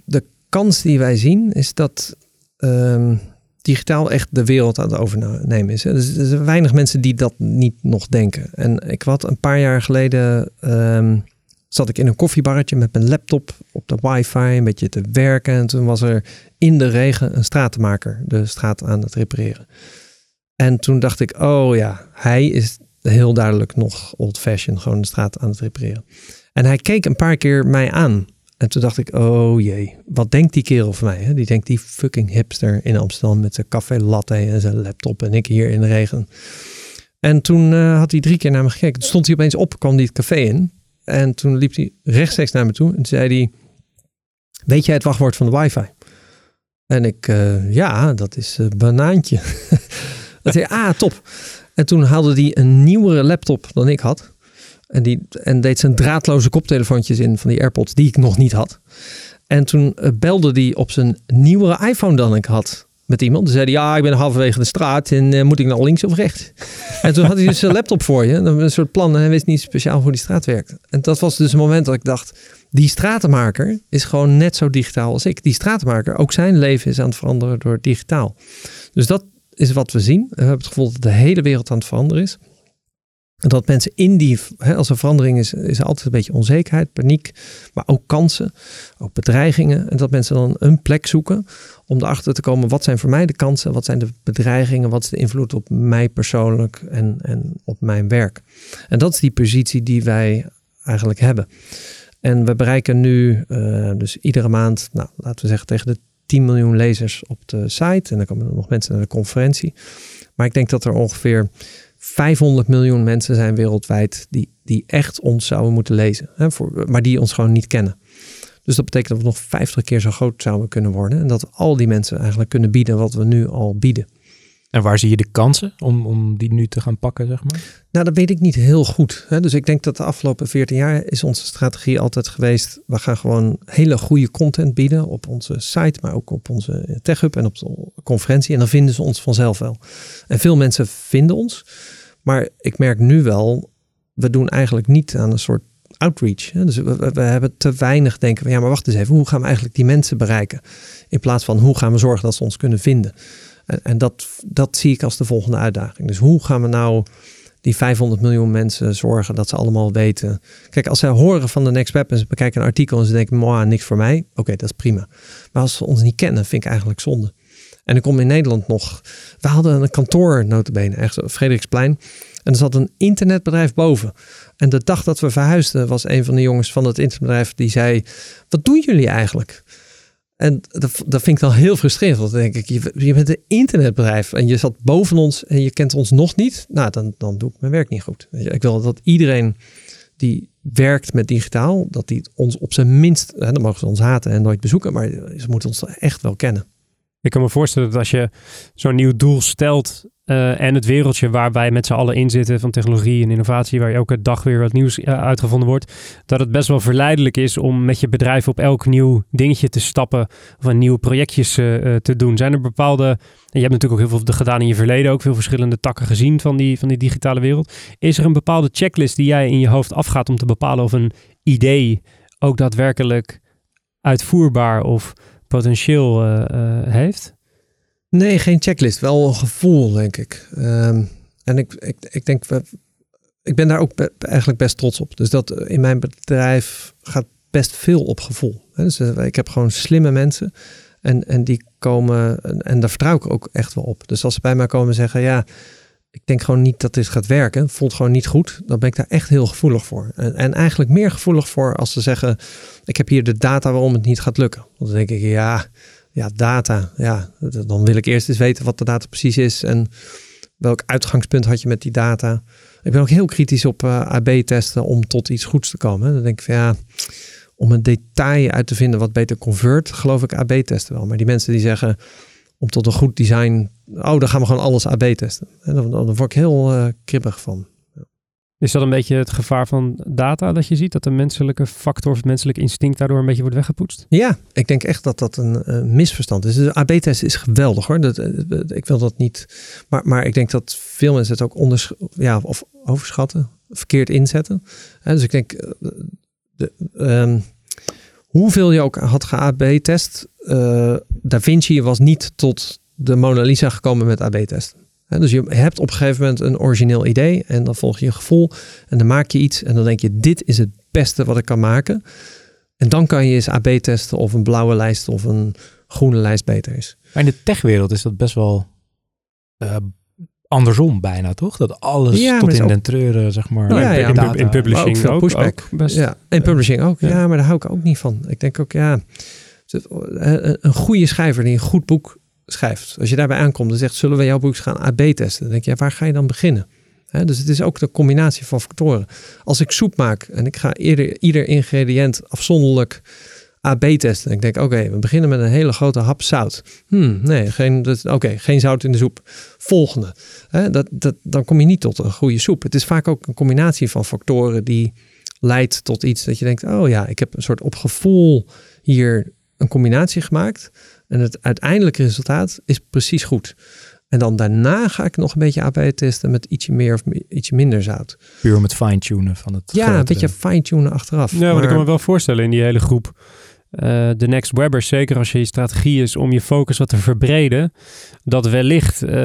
kans die wij zien is dat um, digitaal echt de wereld aan het overnemen is. Hè. Dus er zijn weinig mensen die dat niet nog denken. En ik had een paar jaar geleden... Um, zat ik in een koffiebarretje met mijn laptop op de wifi een beetje te werken. En toen was er in de regen een stratenmaker de straat aan het repareren. En toen dacht ik, oh ja, hij is heel duidelijk nog old-fashioned, gewoon de straat aan het repareren. En hij keek een paar keer mij aan. En toen dacht ik, oh jee, wat denkt die kerel van mij? Hè? Die denkt, die fucking hipster in Amsterdam met zijn café latte en zijn laptop en ik hier in de regen. En toen uh, had hij drie keer naar me gekeken. Toen stond hij opeens op, kwam hij het café in. En toen liep hij rechtstreeks naar me toe. En toen zei hij, weet jij het wachtwoord van de wifi? En ik, uh, ja, dat is uh, banaantje. Dat zei, ah, top. En toen haalde hij een nieuwere laptop dan ik had. En, die, en deed zijn draadloze koptelefoontjes in van die AirPods die ik nog niet had. En toen uh, belde hij op zijn nieuwere iPhone dan ik had met iemand. Toen zei hij, ja, ik ben halverwege de straat en uh, moet ik nou links of rechts? En toen had hij dus zijn laptop voor je. Een soort plan en hij wist niet speciaal hoe die straat werkte. En dat was dus een moment dat ik dacht, die stratenmaker is gewoon net zo digitaal als ik. Die stratenmaker, ook zijn leven is aan het veranderen door digitaal. Dus dat is wat we zien. We hebben het gevoel dat de hele wereld aan het veranderen is. En dat mensen in die, hè, als er verandering is, is er altijd een beetje onzekerheid, paniek, maar ook kansen, ook bedreigingen. En dat mensen dan een plek zoeken om erachter te komen, wat zijn voor mij de kansen, wat zijn de bedreigingen, wat is de invloed op mij persoonlijk en, en op mijn werk. En dat is die positie die wij eigenlijk hebben. En we bereiken nu uh, dus iedere maand, nou, laten we zeggen tegen de tien miljoen lezers op de site. En dan komen er nog mensen naar de conferentie. Maar ik denk dat er ongeveer vijfhonderd miljoen mensen zijn wereldwijd die, die echt ons zouden moeten lezen. Hè, voor, maar die ons gewoon niet kennen. Dus dat betekent dat we nog vijftig keer zo groot zouden kunnen worden. En dat al die mensen eigenlijk kunnen bieden wat we nu al bieden. En waar zie je de kansen om, om die nu te gaan pakken, zeg maar? Nou, dat weet ik niet heel goed. Hè. Dus ik denk dat de afgelopen veertien jaar is onze strategie altijd geweest. We gaan gewoon hele goede content bieden op onze site, maar ook op onze TechHub en op de conferentie. En dan vinden ze ons vanzelf wel. En veel mensen vinden ons. Maar ik merk nu wel, we doen eigenlijk niet aan een soort outreach. Hè. Dus we, we, we hebben te weinig denken van, ja, maar wacht eens even. Hoe gaan we eigenlijk die mensen bereiken? In plaats van, hoe gaan we zorgen dat ze ons kunnen vinden? En, en dat, dat zie ik als de volgende uitdaging. Dus hoe gaan we nou die vijfhonderd miljoen mensen zorgen dat ze allemaal weten. Kijk, als zij horen van de Next Web en ze bekijken een artikel en ze denken, moa, niks voor mij. Oké, okay, dat is prima. Maar als ze ons niet kennen, vind ik eigenlijk zonde. En ik kom in Nederland nog. We hadden een kantoor, nota bene, echt op Frederiksplein. En er zat een internetbedrijf boven. En de dag dat we verhuisden was een van de jongens van het internetbedrijf die zei, wat doen jullie eigenlijk? En dat, dat vind ik dan heel frustrerend. Want dan denk ik, je, je bent een internetbedrijf en je zat boven ons en je kent ons nog niet. Nou, dan, dan doe ik mijn werk niet goed. Ik wil dat iedereen die werkt met digitaal, dat die ons op zijn minst, hè, dan mogen ze ons haten en nooit bezoeken, maar ze moeten ons echt wel kennen. Ik kan me voorstellen dat als je zo'n nieuw doel stelt uh, en het wereldje waar wij met z'n allen in zitten van technologie en innovatie, waar elke dag weer wat nieuws uh, uitgevonden wordt, dat het best wel verleidelijk is om met je bedrijf op elk nieuw dingetje te stappen of een nieuwe projectjes uh, te doen. Zijn er bepaalde, en je hebt natuurlijk ook heel veel gedaan in je verleden, ook veel verschillende takken gezien van die, van die digitale wereld. Is er een bepaalde checklist die jij in je hoofd afgaat om te bepalen of een idee ook daadwerkelijk uitvoerbaar of potentieel uh, uh, heeft? Nee, geen checklist. Wel een gevoel, denk ik. Um, en ik, ik, ik denk, we, ik ben daar ook be, eigenlijk best trots op. Dus dat in mijn bedrijf gaat best veel op gevoel. Dus uh, ik heb gewoon slimme mensen. En, en die komen, en, en daar vertrouw ik ook echt wel op. Dus als ze bij mij komen en zeggen, ja, ik denk gewoon niet dat dit gaat werken. Voelt gewoon niet goed. Dan ben ik daar echt heel gevoelig voor. En, en eigenlijk meer gevoelig voor als ze zeggen, ik heb hier de data waarom het niet gaat lukken. Want dan denk ik, ja, ja, data. Ja, dan wil ik eerst eens weten wat de data precies is. En welk uitgangspunt had je met die data. Ik ben ook heel kritisch op uh, A B-testen om tot iets goeds te komen. Dan denk ik van ja, om een detail uit te vinden wat beter convert, geloof ik A B-testen wel. Maar die mensen die zeggen, om tot een goed design, oh, dan gaan we gewoon alles A B testen. En dan, dan word ik heel uh, kribbig van. Ja. Is dat een beetje het gevaar van data dat je ziet? Dat de menselijke factor of het menselijke instinct daardoor een beetje wordt weggepoetst? Ja, ik denk echt dat dat een uh, misverstand is. Dus A B testen is geweldig hoor. Dat, uh, ik wil dat niet. Maar, maar ik denk dat veel mensen het ook onders, ja, of overschatten, verkeerd inzetten. Uh, dus ik denk, uh, de, um, hoeveel je ook had ge-A B-test, uh, Da Vinci was niet tot de Mona Lisa gekomen met A B-testen. He, dus je hebt op een gegeven moment een origineel idee en dan volg je je gevoel en dan maak je iets en dan denk je, dit is het beste wat ik kan maken. En dan kan je eens A B-testen of een blauwe lijst of een groene lijst beter is. Maar in de techwereld is dat best wel uh, andersom bijna, toch? Dat alles ja, tot in ook... den treuren, zeg maar. Ja, ja, in, in, in publishing ook. ook, pushback. ook best. Ja, in publishing ook. Ja. Ja, maar daar hou ik ook niet van. Ik denk ook, ja, een goede schrijver die een goed boek schrijft. Als je daarbij aankomt, dan zegt, zullen we jouw boek gaan A B-testen? Dan denk je, ja, waar ga je dan beginnen? He, dus het is ook de combinatie van factoren. Als ik soep maak en ik ga ieder, ieder ingrediënt afzonderlijk A B-testen. Ik denk, oké, okay, we beginnen met een hele grote hap zout. Hmm, nee, geen, oké, okay, geen zout in de soep. Volgende. He, dat, dat, dan kom je niet tot een goede soep. Het is vaak ook een combinatie van factoren die leidt tot iets dat je denkt, oh ja, ik heb een soort op gevoel hier een combinatie gemaakt. En het uiteindelijke resultaat is precies goed. En dan daarna ga ik nog een beetje A B testen met ietsje meer of ietsje minder zout. Puur met fine-tunen van het Ja, grotere. een beetje fine-tunen achteraf. Ja, maar... want ik kan me wel voorstellen in die hele groep. Uh, de Next Webbers, zeker als je je strategie is om je focus wat te verbreden, dat wellicht uh,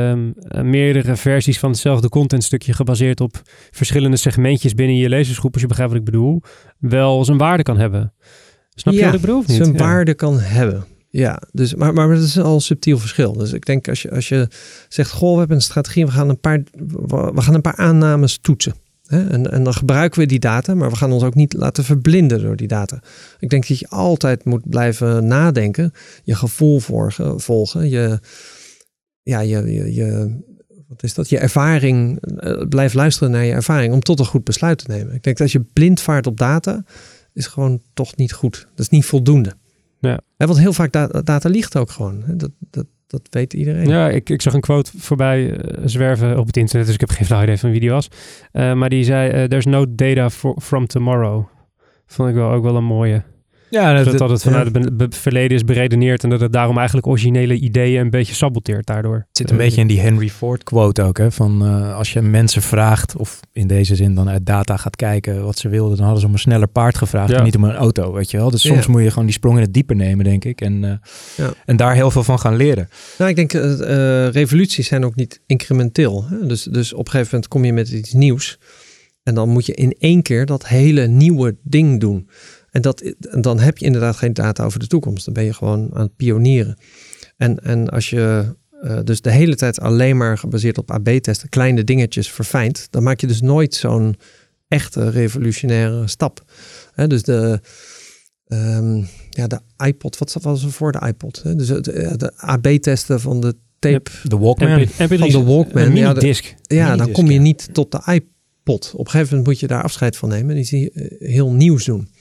meerdere versies van hetzelfde contentstukje gebaseerd op verschillende segmentjes binnen je lezersgroep, als je begrijpt wat ik bedoel, wel zijn waarde kan hebben. Snap je ja, wat ik bedoel? Of niet? zijn ja. waarde kan hebben. Ja, dus, maar, maar dat is al een subtiel verschil. Dus ik denk als je, als je zegt, goh, we hebben een strategie, we gaan een paar, we gaan een paar aannames toetsen. Hè? En, en dan gebruiken we die data, maar we gaan ons ook niet laten verblinden door die data. Ik denk dat je altijd moet blijven nadenken, je gevoel volgen, volgen je, ja, je, je, je, wat is dat? Je ervaring, uh, blijf luisteren naar je ervaring om tot een goed besluit te nemen. Ik denk dat als je blind vaart op data, is gewoon toch niet goed. Dat is niet voldoende. Ja. Hè, want heel vaak data, data ligt ook gewoon. Hè? Dat, dat, dat weet iedereen. Ja, ik, ik zag een quote voorbij uh, zwerven op het internet, dus ik heb geen flauw idee van wie die was. Uh, maar die zei, uh, there's no data for, from tomorrow. Vond ik wel ook wel een mooie. Ja, dat, dat, dat het vanuit ja. het be- verleden is beredeneerd en dat het daarom eigenlijk originele ideeën een beetje saboteert daardoor. Het zit een uh, beetje in die Henry Ford quote ook. Hè, van uh, als je mensen vraagt, of in deze zin dan uit data gaat kijken wat ze wilden, dan hadden ze om een sneller paard gevraagd ja. en niet om een auto, weet je wel. Dus soms ja. moet je gewoon die sprong in het diepe nemen, denk ik. En, uh, ja. en daar heel veel van gaan leren. Nou, ik denk, uh, uh, revoluties zijn ook niet incrementeel. Hè? Dus, dus op een gegeven moment kom je met iets nieuws en dan moet je in één keer dat hele nieuwe ding doen. En dat, dan heb je inderdaad geen data over de toekomst. Dan ben je gewoon aan het pionieren. En, en als je uh, dus de hele tijd alleen maar gebaseerd op A B-testen kleine dingetjes verfijnt, dan maak je dus nooit zo'n echte revolutionaire stap. He, dus de, um, ja, de iPod, wat was er voor de iPod? He? Dus de, de A B-testen van de tape. De Walkman. M P, M P drie, van de Walkman. Een ja, mini-disc. de, ja, mini-disc, dan kom je ja. niet tot de iPod. Op een gegeven moment moet je daar afscheid van nemen en iets heel nieuws doen.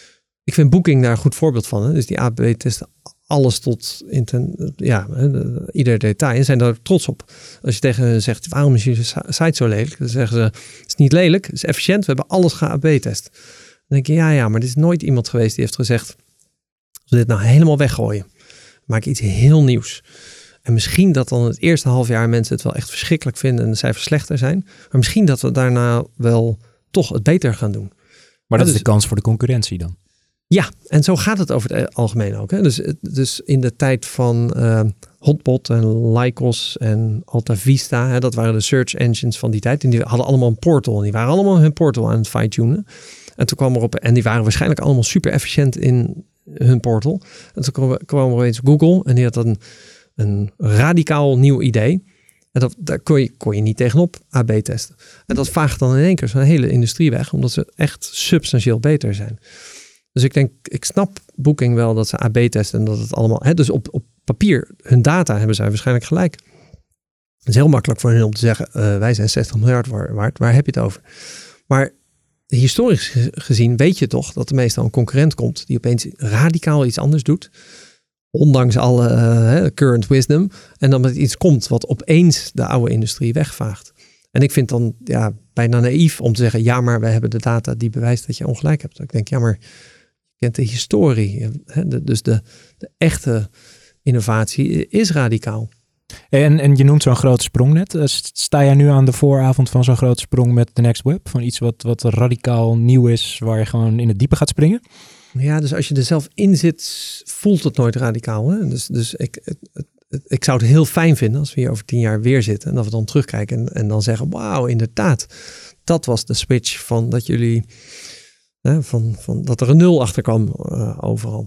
Ik vind Booking daar een goed voorbeeld van. Hè? Dus die A B testen alles tot in ten, ja, de, ieder detail. En zijn daar trots op. Als je tegen hen zegt, waarom is je site zo lelijk? Dan zeggen ze, het is niet lelijk, het is efficiënt. We hebben alles ge-A B-test. Dan denk je, ja, ja, maar er is nooit iemand geweest die heeft gezegd, als we dit nou helemaal weggooien, maak iets heel nieuws. En misschien dat dan het eerste half jaar mensen het wel echt verschrikkelijk vinden en de cijfers slechter zijn. Maar misschien dat we daarna wel toch het beter gaan doen. Maar dat ja, dus, is de kans voor de concurrentie dan. Ja, en zo gaat het over het algemeen ook. Hè? Dus, dus in de tijd van uh, Hotbot en Lycos en AltaVista, hè, dat waren de search engines van die tijd. En die hadden allemaal een portal. En die waren allemaal hun portal aan het fine-tunen. En toen kwam er op, en die waren waarschijnlijk allemaal super efficiënt in hun portal. En toen kwam, kwam er opeens Google en die had een, een radicaal nieuw idee. En dat, daar kon je, kon je niet tegenop A B testen. En dat vaagt dan in één keer zo'n hele industrie weg, omdat ze echt substantieel beter zijn. Dus ik denk, ik snap Booking wel dat ze A B testen en dat het allemaal, hè, dus op, op papier, hun data hebben zij waarschijnlijk gelijk. Het is heel makkelijk voor hen om te zeggen, uh, wij zijn zestig miljard waard, waar heb je het over? Maar historisch gezien weet je toch dat er meestal een concurrent komt die opeens radicaal iets anders doet, ondanks alle uh, current wisdom, en dan met iets komt wat opeens de oude industrie wegvaagt. En ik vind dan ja, bijna naïef om te zeggen, ja, maar wij hebben de data die bewijst dat je ongelijk hebt. Ik denk, ja, maar je kent de historie. Hè? De, dus de, de echte innovatie is radicaal. En, en je noemt zo'n grote sprong net. Sta jij nu aan de vooravond van zo'n grote sprong met de Next Web? Van iets wat, wat radicaal nieuw is, waar je gewoon in het diepe gaat springen? Ja, dus als je er zelf in zit, voelt het nooit radicaal. Hè? Dus, dus ik, het, het, ik zou het heel fijn vinden als we hier over tien jaar weer zitten. En dat we dan terugkijken en, en dan zeggen, wauw, inderdaad. Dat was de switch van dat jullie, hè, van, van dat er een nul achter kwam uh, overal.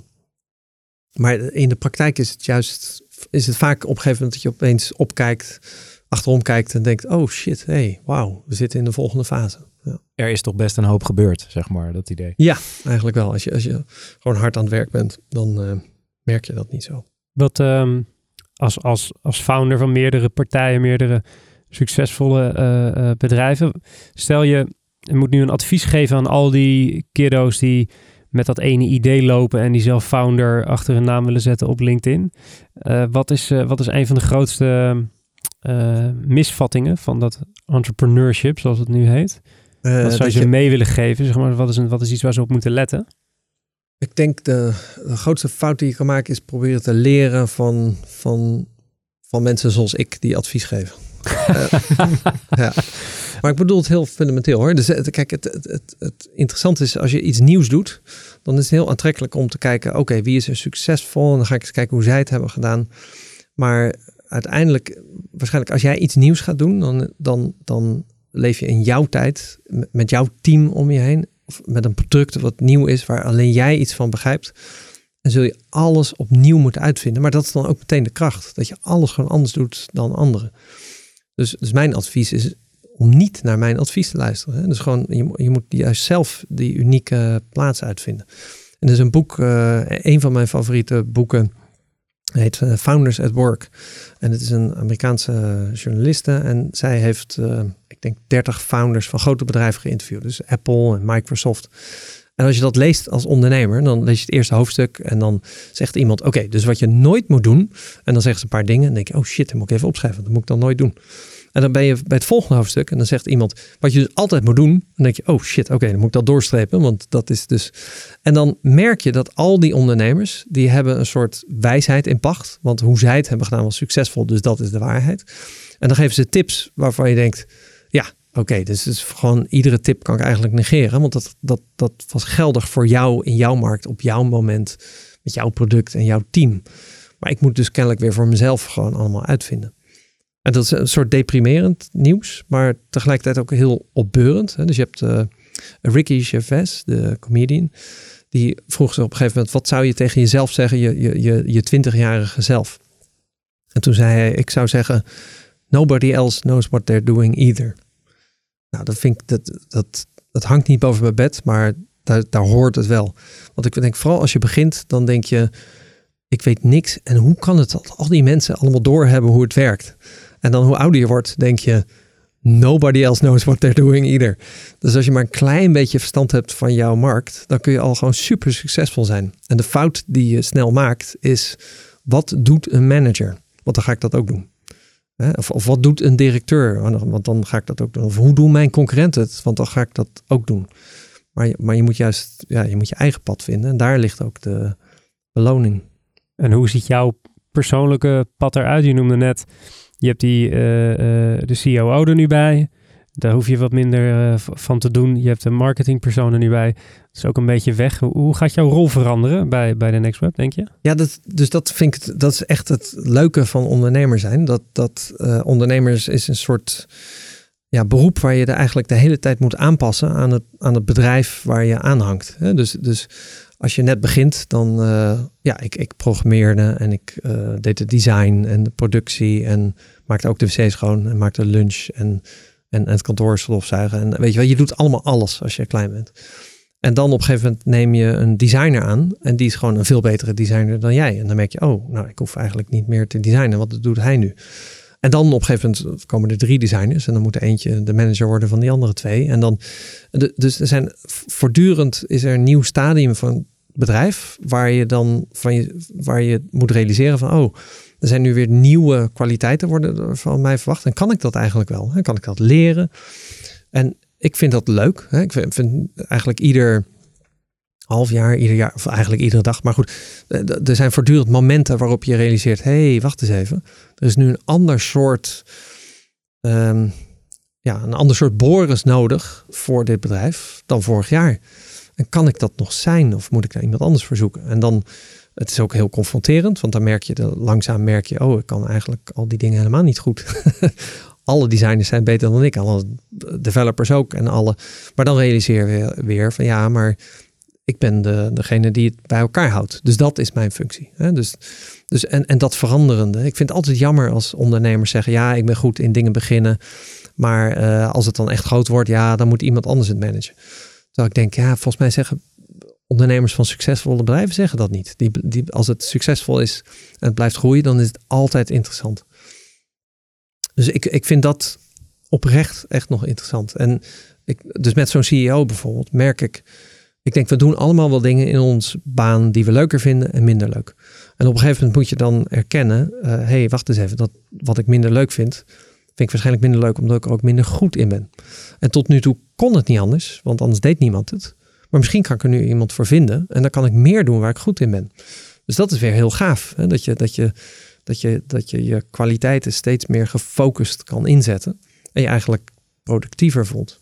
Maar in de praktijk is het juist, is het vaak op een gegeven moment dat je opeens opkijkt, achterom kijkt en denkt, oh shit, hey, wauw, we zitten in de volgende fase. Ja. Er is toch best een hoop gebeurd, zeg maar, dat idee. Ja, eigenlijk wel. Als je, als je gewoon hard aan het werk bent, dan uh, merk je dat niet zo. Wat um, als, als, als founder van meerdere partijen, meerdere succesvolle uh, uh, bedrijven, stel je, je moet nu een advies geven aan al die kiddo's die met dat ene idee lopen en die zelf founder achter hun naam willen zetten op LinkedIn. Uh, wat, is, uh, wat is een van de grootste uh, misvattingen van dat entrepreneurship, zoals het nu heet? Uh, wat zou je ze je... mee willen geven? Zeg maar, wat, is een, wat is iets waar ze op moeten letten? Ik denk de, de grootste fout die je kan maken is proberen te leren van, van, van mensen zoals ik die advies geven. uh, ja. Maar ik bedoel het heel fundamenteel hoor. Dus het, kijk, het, het, het, het interessante is als je iets nieuws doet, dan is het heel aantrekkelijk om te kijken, oké, okay, wie is er succesvol? En dan ga ik eens kijken hoe zij het hebben gedaan. Maar uiteindelijk, waarschijnlijk als jij iets nieuws gaat doen, dan, dan, dan leef je in jouw tijd, met jouw team om je heen, of met een product wat nieuw is, waar alleen jij iets van begrijpt. En zul je alles opnieuw moeten uitvinden. Maar dat is dan ook meteen de kracht. Dat je alles gewoon anders doet dan anderen. Dus, dus mijn advies is om niet naar mijn advies te luisteren. Hè? Dus gewoon, je, je moet juist zelf die unieke plaats uitvinden. En er is een boek, uh, een van mijn favoriete boeken, heet uh, Founders at Work. En het is een Amerikaanse journaliste. En zij heeft, uh, ik denk, dertig founders van grote bedrijven geïnterviewd. Dus Apple en Microsoft. En als je dat leest als ondernemer, dan lees je het eerste hoofdstuk en dan zegt iemand, oké, okay, dus wat je nooit moet doen. En dan zegt ze een paar dingen en dan denk je, oh shit, dat moet ik even opschrijven. Dat moet ik dan nooit doen. En dan ben je bij het volgende hoofdstuk en dan zegt iemand, wat je dus altijd moet doen. Dan denk je, oh shit, oké, okay, dan moet ik dat doorstrepen. Want dat is dus... En dan merk je dat al die ondernemers, die hebben een soort wijsheid in pacht. Want hoe zij het hebben gedaan was succesvol, dus dat is de waarheid. En dan geven ze tips waarvan je denkt, ja, oké, okay, dus, dus gewoon iedere tip kan ik eigenlijk negeren. Want dat, dat, dat was geldig voor jou in jouw markt, op jouw moment, met jouw product en jouw team. Maar ik moet dus kennelijk weer voor mezelf gewoon allemaal uitvinden. En dat is een soort deprimerend nieuws, maar tegelijkertijd ook heel opbeurend. Dus je hebt uh, Ricky Gervais, de comedian, die vroeg zich op een gegeven moment, wat zou je tegen jezelf zeggen, je, je, je, je twintigjarige zelf? En toen zei hij, ik zou zeggen, nobody else knows what they're doing either. Nou, dat vind ik, dat, dat, dat hangt niet boven mijn bed, maar daar, daar hoort het wel. Want ik denk, vooral als je begint, dan denk je, ik weet niks. En hoe kan het dat al die mensen allemaal doorhebben hoe het werkt? En dan hoe ouder je wordt, denk je, nobody else knows what they're doing either. Dus als je maar een klein beetje verstand hebt van jouw markt, dan kun je al gewoon super succesvol zijn. En de fout die je snel maakt is, wat doet een manager? Want dan ga ik dat ook doen. Of, of wat doet een directeur? Want dan ga ik dat ook doen. Of hoe doen mijn concurrenten het? Want dan ga ik dat ook doen. Maar je, maar je moet juist, ja, je moet je eigen pad vinden. En daar ligt ook de beloning. En hoe ziet jouw persoonlijke pad eruit? Je noemde net, je hebt die, uh, uh, de C O O er nu bij. Daar hoef je wat minder uh, van te doen. Je hebt een marketingpersoon er nu bij. Dat is ook een beetje weg. Hoe, hoe gaat jouw rol veranderen bij, bij de NextWeb, denk je? Ja, dat, dus dat vind ik, dat is echt het leuke van ondernemer zijn. Dat, dat uh, ondernemers is een soort ja, beroep waar je er eigenlijk de hele tijd moet aanpassen aan het, aan het bedrijf waar je aanhangt. Hè? Dus, dus als je net begint, dan uh, ja, ik, ik programmeerde en ik uh, deed het design en de productie en maakte ook de wc's schoon en maakte lunch en En, en het kantoor stofzuigen. En weet je wel, je doet allemaal alles als je klein bent. En dan op een gegeven moment neem je een designer aan. En die is gewoon een veel betere designer dan jij. En dan merk je, oh, nou, ik hoef eigenlijk niet meer te designen. Wat doet hij nu? En dan op een gegeven moment komen er drie designers. En dan moet er eentje de manager worden van die andere twee. En dan, dus er zijn voortdurend is er een nieuw stadium van het bedrijf. Waar je dan van je, waar je moet realiseren van, oh, er zijn nu weer nieuwe kwaliteiten worden van mij verwacht. En kan ik dat eigenlijk wel? Kan ik dat leren? En ik vind dat leuk. Ik vind eigenlijk ieder half jaar, ieder jaar, of eigenlijk iedere dag. Maar goed, er zijn voortdurend momenten waarop je realiseert, hé, hey, wacht eens even. Er is nu een ander soort, um, ja, een ander soort Boris nodig voor dit bedrijf dan vorig jaar. En kan ik dat nog zijn of moet ik naar iemand anders verzoeken? En dan, het is ook heel confronterend, want dan merk je, de, langzaam merk je, oh, ik kan eigenlijk al die dingen helemaal niet goed. Alle designers zijn beter dan ik, alle developers ook en alle. Maar dan realiseer je weer, weer van ja, maar ik ben de, degene die het bij elkaar houdt. Dus dat is mijn functie. Hè? Dus, dus en, en dat veranderende. Ik vind het altijd jammer als ondernemers zeggen, ja, ik ben goed in dingen beginnen. Maar uh, als het dan echt groot wordt, ja, dan moet iemand anders het managen. Terwijl ik denk, ja, volgens mij zeggen ondernemers van succesvolle bedrijven zeggen dat niet. Die, die, als het succesvol is en het blijft groeien, dan is het altijd interessant. Dus ik, ik vind dat oprecht echt nog interessant. En ik, dus met zo'n C E O bijvoorbeeld merk ik, ik denk we doen allemaal wel dingen in ons baan die we leuker vinden en minder leuk. En op een gegeven moment moet je dan erkennen, hé, uh, hey, wacht eens even, dat wat ik minder leuk vind, vind ik waarschijnlijk minder leuk omdat ik er ook minder goed in ben. En tot nu toe kon het niet anders, want anders deed niemand het. Maar misschien kan ik er nu iemand voor vinden en dan kan ik meer doen waar ik goed in ben. Dus dat is weer heel gaaf, hè? Dat je, dat je, dat je, dat je je kwaliteiten steeds meer gefocust kan inzetten en je eigenlijk productiever voelt.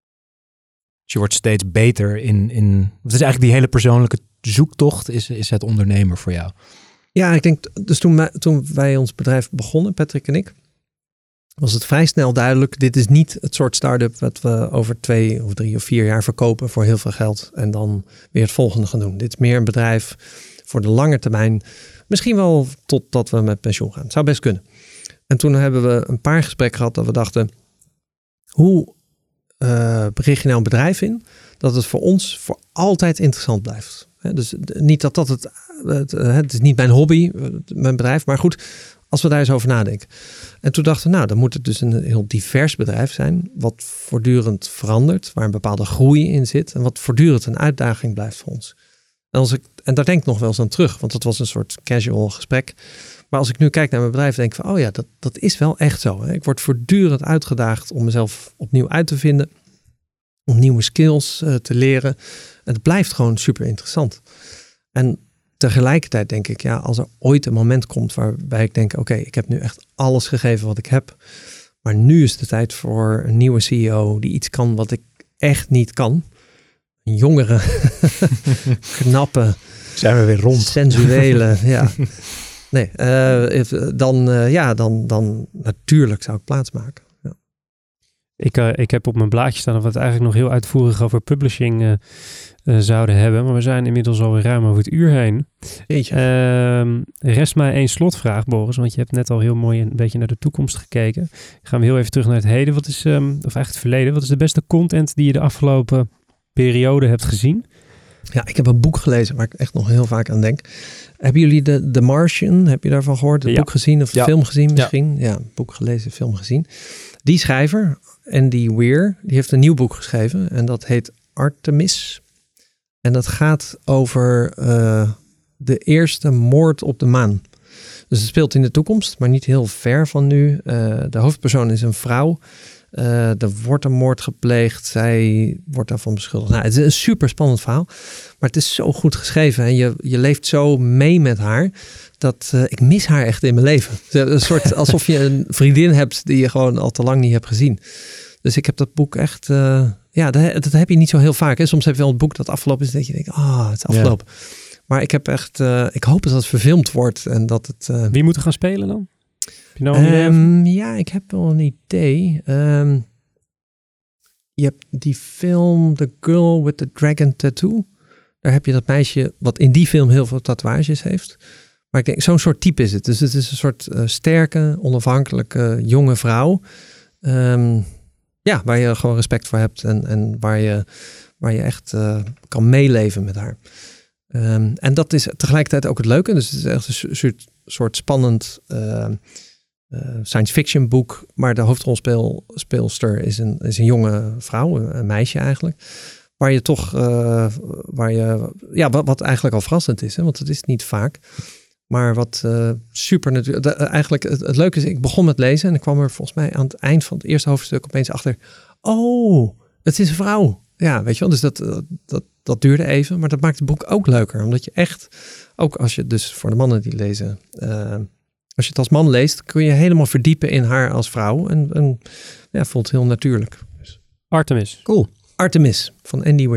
Dus je wordt steeds beter in, in... Het is eigenlijk die hele persoonlijke zoektocht is, is het ondernemer voor jou. Ja, ik denk, dus toen, toen wij ons bedrijf begonnen, Patrick en ik, was het vrij snel duidelijk, dit is niet het soort start-up wat we over twee of drie of vier jaar verkopen voor heel veel geld en dan weer het volgende gaan doen. Dit is meer een bedrijf voor de lange termijn, misschien wel totdat we met pensioen gaan. Het zou best kunnen. En toen hebben we een paar gesprekken gehad dat we dachten, hoe uh, richt je nou een bedrijf in dat het voor ons voor altijd interessant blijft. He, dus niet dat dat het, het, het is niet mijn hobby, mijn bedrijf, maar goed, als we daar eens over nadenken. En toen dachten we, nou, dan moet het dus een heel divers bedrijf zijn, wat voortdurend verandert, waar een bepaalde groei in zit en wat voortdurend een uitdaging blijft voor ons. En, als ik, en daar denk ik nog wel eens aan terug, want dat was een soort casual gesprek. Maar als ik nu kijk naar mijn bedrijf, denk ik van, oh ja, dat, dat is wel echt zo. Hè? Ik word voortdurend uitgedaagd om mezelf opnieuw uit te vinden, om nieuwe skills uh, te leren. En het blijft gewoon super interessant. En tegelijkertijd denk ik, ja, als er ooit een moment komt waarbij ik denk, oké, okay, ik heb nu echt alles gegeven wat ik heb. Maar nu is de tijd voor een nieuwe C E O die iets kan wat ik echt niet kan. Een jongere, knappe, zijn we weer rond. Sensuele, ja. Nee, uh, dan, uh, ja, dan, dan natuurlijk zou ik plaatsmaken. Ja. Ik, uh, ik heb op mijn blaadje staan of we het eigenlijk nog heel uitvoerig over publishing uh, uh, zouden hebben. Maar we zijn inmiddels alweer ruim over het uur heen. Jeetje. Uh, rest mij één slotvraag, Boris. Want je hebt net al heel mooi een beetje naar de toekomst gekeken. Gaan we heel even terug naar het heden. Wat is, um, of eigenlijk het verleden. Wat is de beste content die je de afgelopen periode hebt gezien? Ja, ik heb een boek gelezen waar ik echt nog heel vaak aan denk. Hebben jullie de The Martian, heb je daarvan gehoord? Het ja. boek gezien of de ja. film gezien misschien? Ja. ja, boek gelezen, film gezien. Die schrijver, Andy Weir, die heeft een nieuw boek geschreven en dat heet Artemis. En dat gaat over uh, de eerste moord op de maan. Dus het speelt in de toekomst, maar niet heel ver van nu. Uh, de hoofdpersoon is een vrouw. Uh, er wordt een moord gepleegd. Zij wordt daarvan beschuldigd. Nou, het is een super spannend verhaal. Maar het is zo goed geschreven. En je, je leeft zo mee met haar. Dat uh, ik mis haar echt in mijn leven. Een soort alsof je een vriendin hebt die je gewoon al te lang niet hebt gezien. Dus ik heb dat boek echt... Uh, ja, dat, dat heb je niet zo heel vaak. Hè? Soms heb je wel een boek dat afgelopen is. Dat je denkt, ah, oh, het is afgelopen. Ja. Maar ik heb echt... Uh, ik hoop dat het verfilmd wordt. En dat het... Uh, Wie moet er gaan spelen dan? Nou um, ja, ik heb wel een idee. Um, je hebt die film The Girl with the Dragon Tattoo. Daar heb je dat meisje wat in die film heel veel tatoeages heeft. Maar ik denk, zo'n soort type is het. Dus het is een soort uh, sterke, onafhankelijke, jonge vrouw. Um, ja, waar je gewoon respect voor hebt. En, en waar, je, waar je echt uh, kan meeleven met haar. Um, en dat is tegelijkertijd ook het leuke. Dus het is echt een soort, soort spannend... Uh, Uh, science fiction boek, maar de hoofdrolspeelster is een, is een jonge vrouw, een, een meisje eigenlijk, waar je toch, uh, waar je, ja, wat, wat eigenlijk al verrassend is, hè? Want het is niet vaak, maar wat uh, super natuurlijk, de, eigenlijk het, het leuke is, ik begon met lezen en ik kwam er volgens mij aan het eind van het eerste hoofdstuk opeens achter, oh, het is een vrouw. Ja, weet je wel, dus dat, dat, dat, dat duurde even, maar dat maakt het boek ook leuker, omdat je echt, ook als je dus voor de mannen die lezen, uh, als je het als man leest, kun je helemaal verdiepen in haar als vrouw. En, en ja, voelt heel natuurlijk. Dus. Artemis. Cool. Artemis van Andy Weir.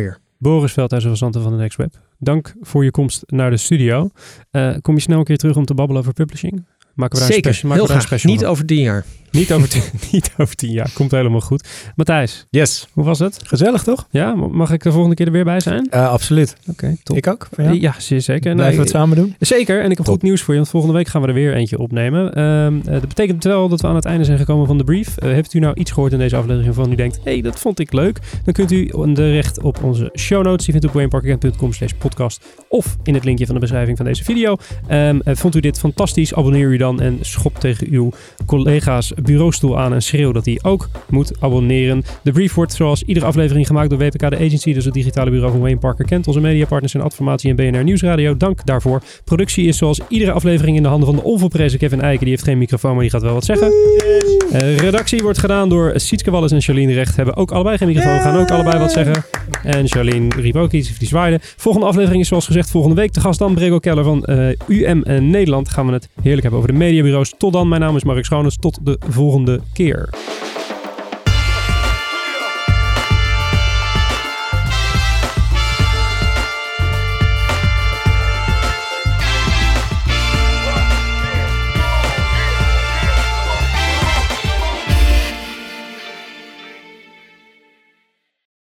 Boris Veldhuis van Zanten van de Next Web. Dank voor je komst naar de studio. Uh, kom je snel een keer terug om te babbelen over publishing? Maken we daar Zeker, een special, heel we daar graag. Een special Niet van. over tien jaar. Niet over, tien, niet over tien jaar. Komt helemaal goed. Matthijs, Yes. hoe was het? Gezellig, toch? Ja, mag ik de volgende keer er weer bij zijn? Uh, absoluut. Oké, okay, top. Ik ook. Van jou? Ja, zeer zeker. Blijven we het samen doen? Zeker. En ik heb top. goed nieuws voor je, want volgende week gaan we er weer eentje opnemen. Um, uh, dat betekent wel dat we aan het einde zijn gekomen van de brief. Uh, heeft u nou iets gehoord in deze aflevering waarvan u denkt, hé, hey, dat vond ik leuk? Dan kunt u terecht op onze show notes. Die vindt u op wayneparkerkent punt com slash podcast of in het linkje van de beschrijving van deze video. Um, uh, vond u dit fantastisch? Abonneer u dan en schop tegen uw collega's bureaustoel aan en schreeuw dat hij ook moet abonneren. De brief wordt zoals iedere aflevering gemaakt door W P K de Agency, dus het digitale bureau van Wayne Parker Kent. Onze mediapartners zijn Adformatie en B N R Nieuwsradio. Dank daarvoor. Productie is zoals iedere aflevering in de handen van de onvolprezen Kevin Eiken. Die heeft geen microfoon, maar die gaat wel wat zeggen. Uh, redactie wordt gedaan door Sietske Wallis en Charlene Recht. Hebben ook allebei geen microfoon, gaan ook allebei wat zeggen. En Charlene riep ook iets, die zwaaide. Volgende aflevering is zoals gezegd volgende week. De gast dan Brego Keller van uh, U M Nederland. Gaan we het heerlijk hebben over de mediabureaus. Tot dan, mijn naam is Mark Schoones. Tot de volgende keer.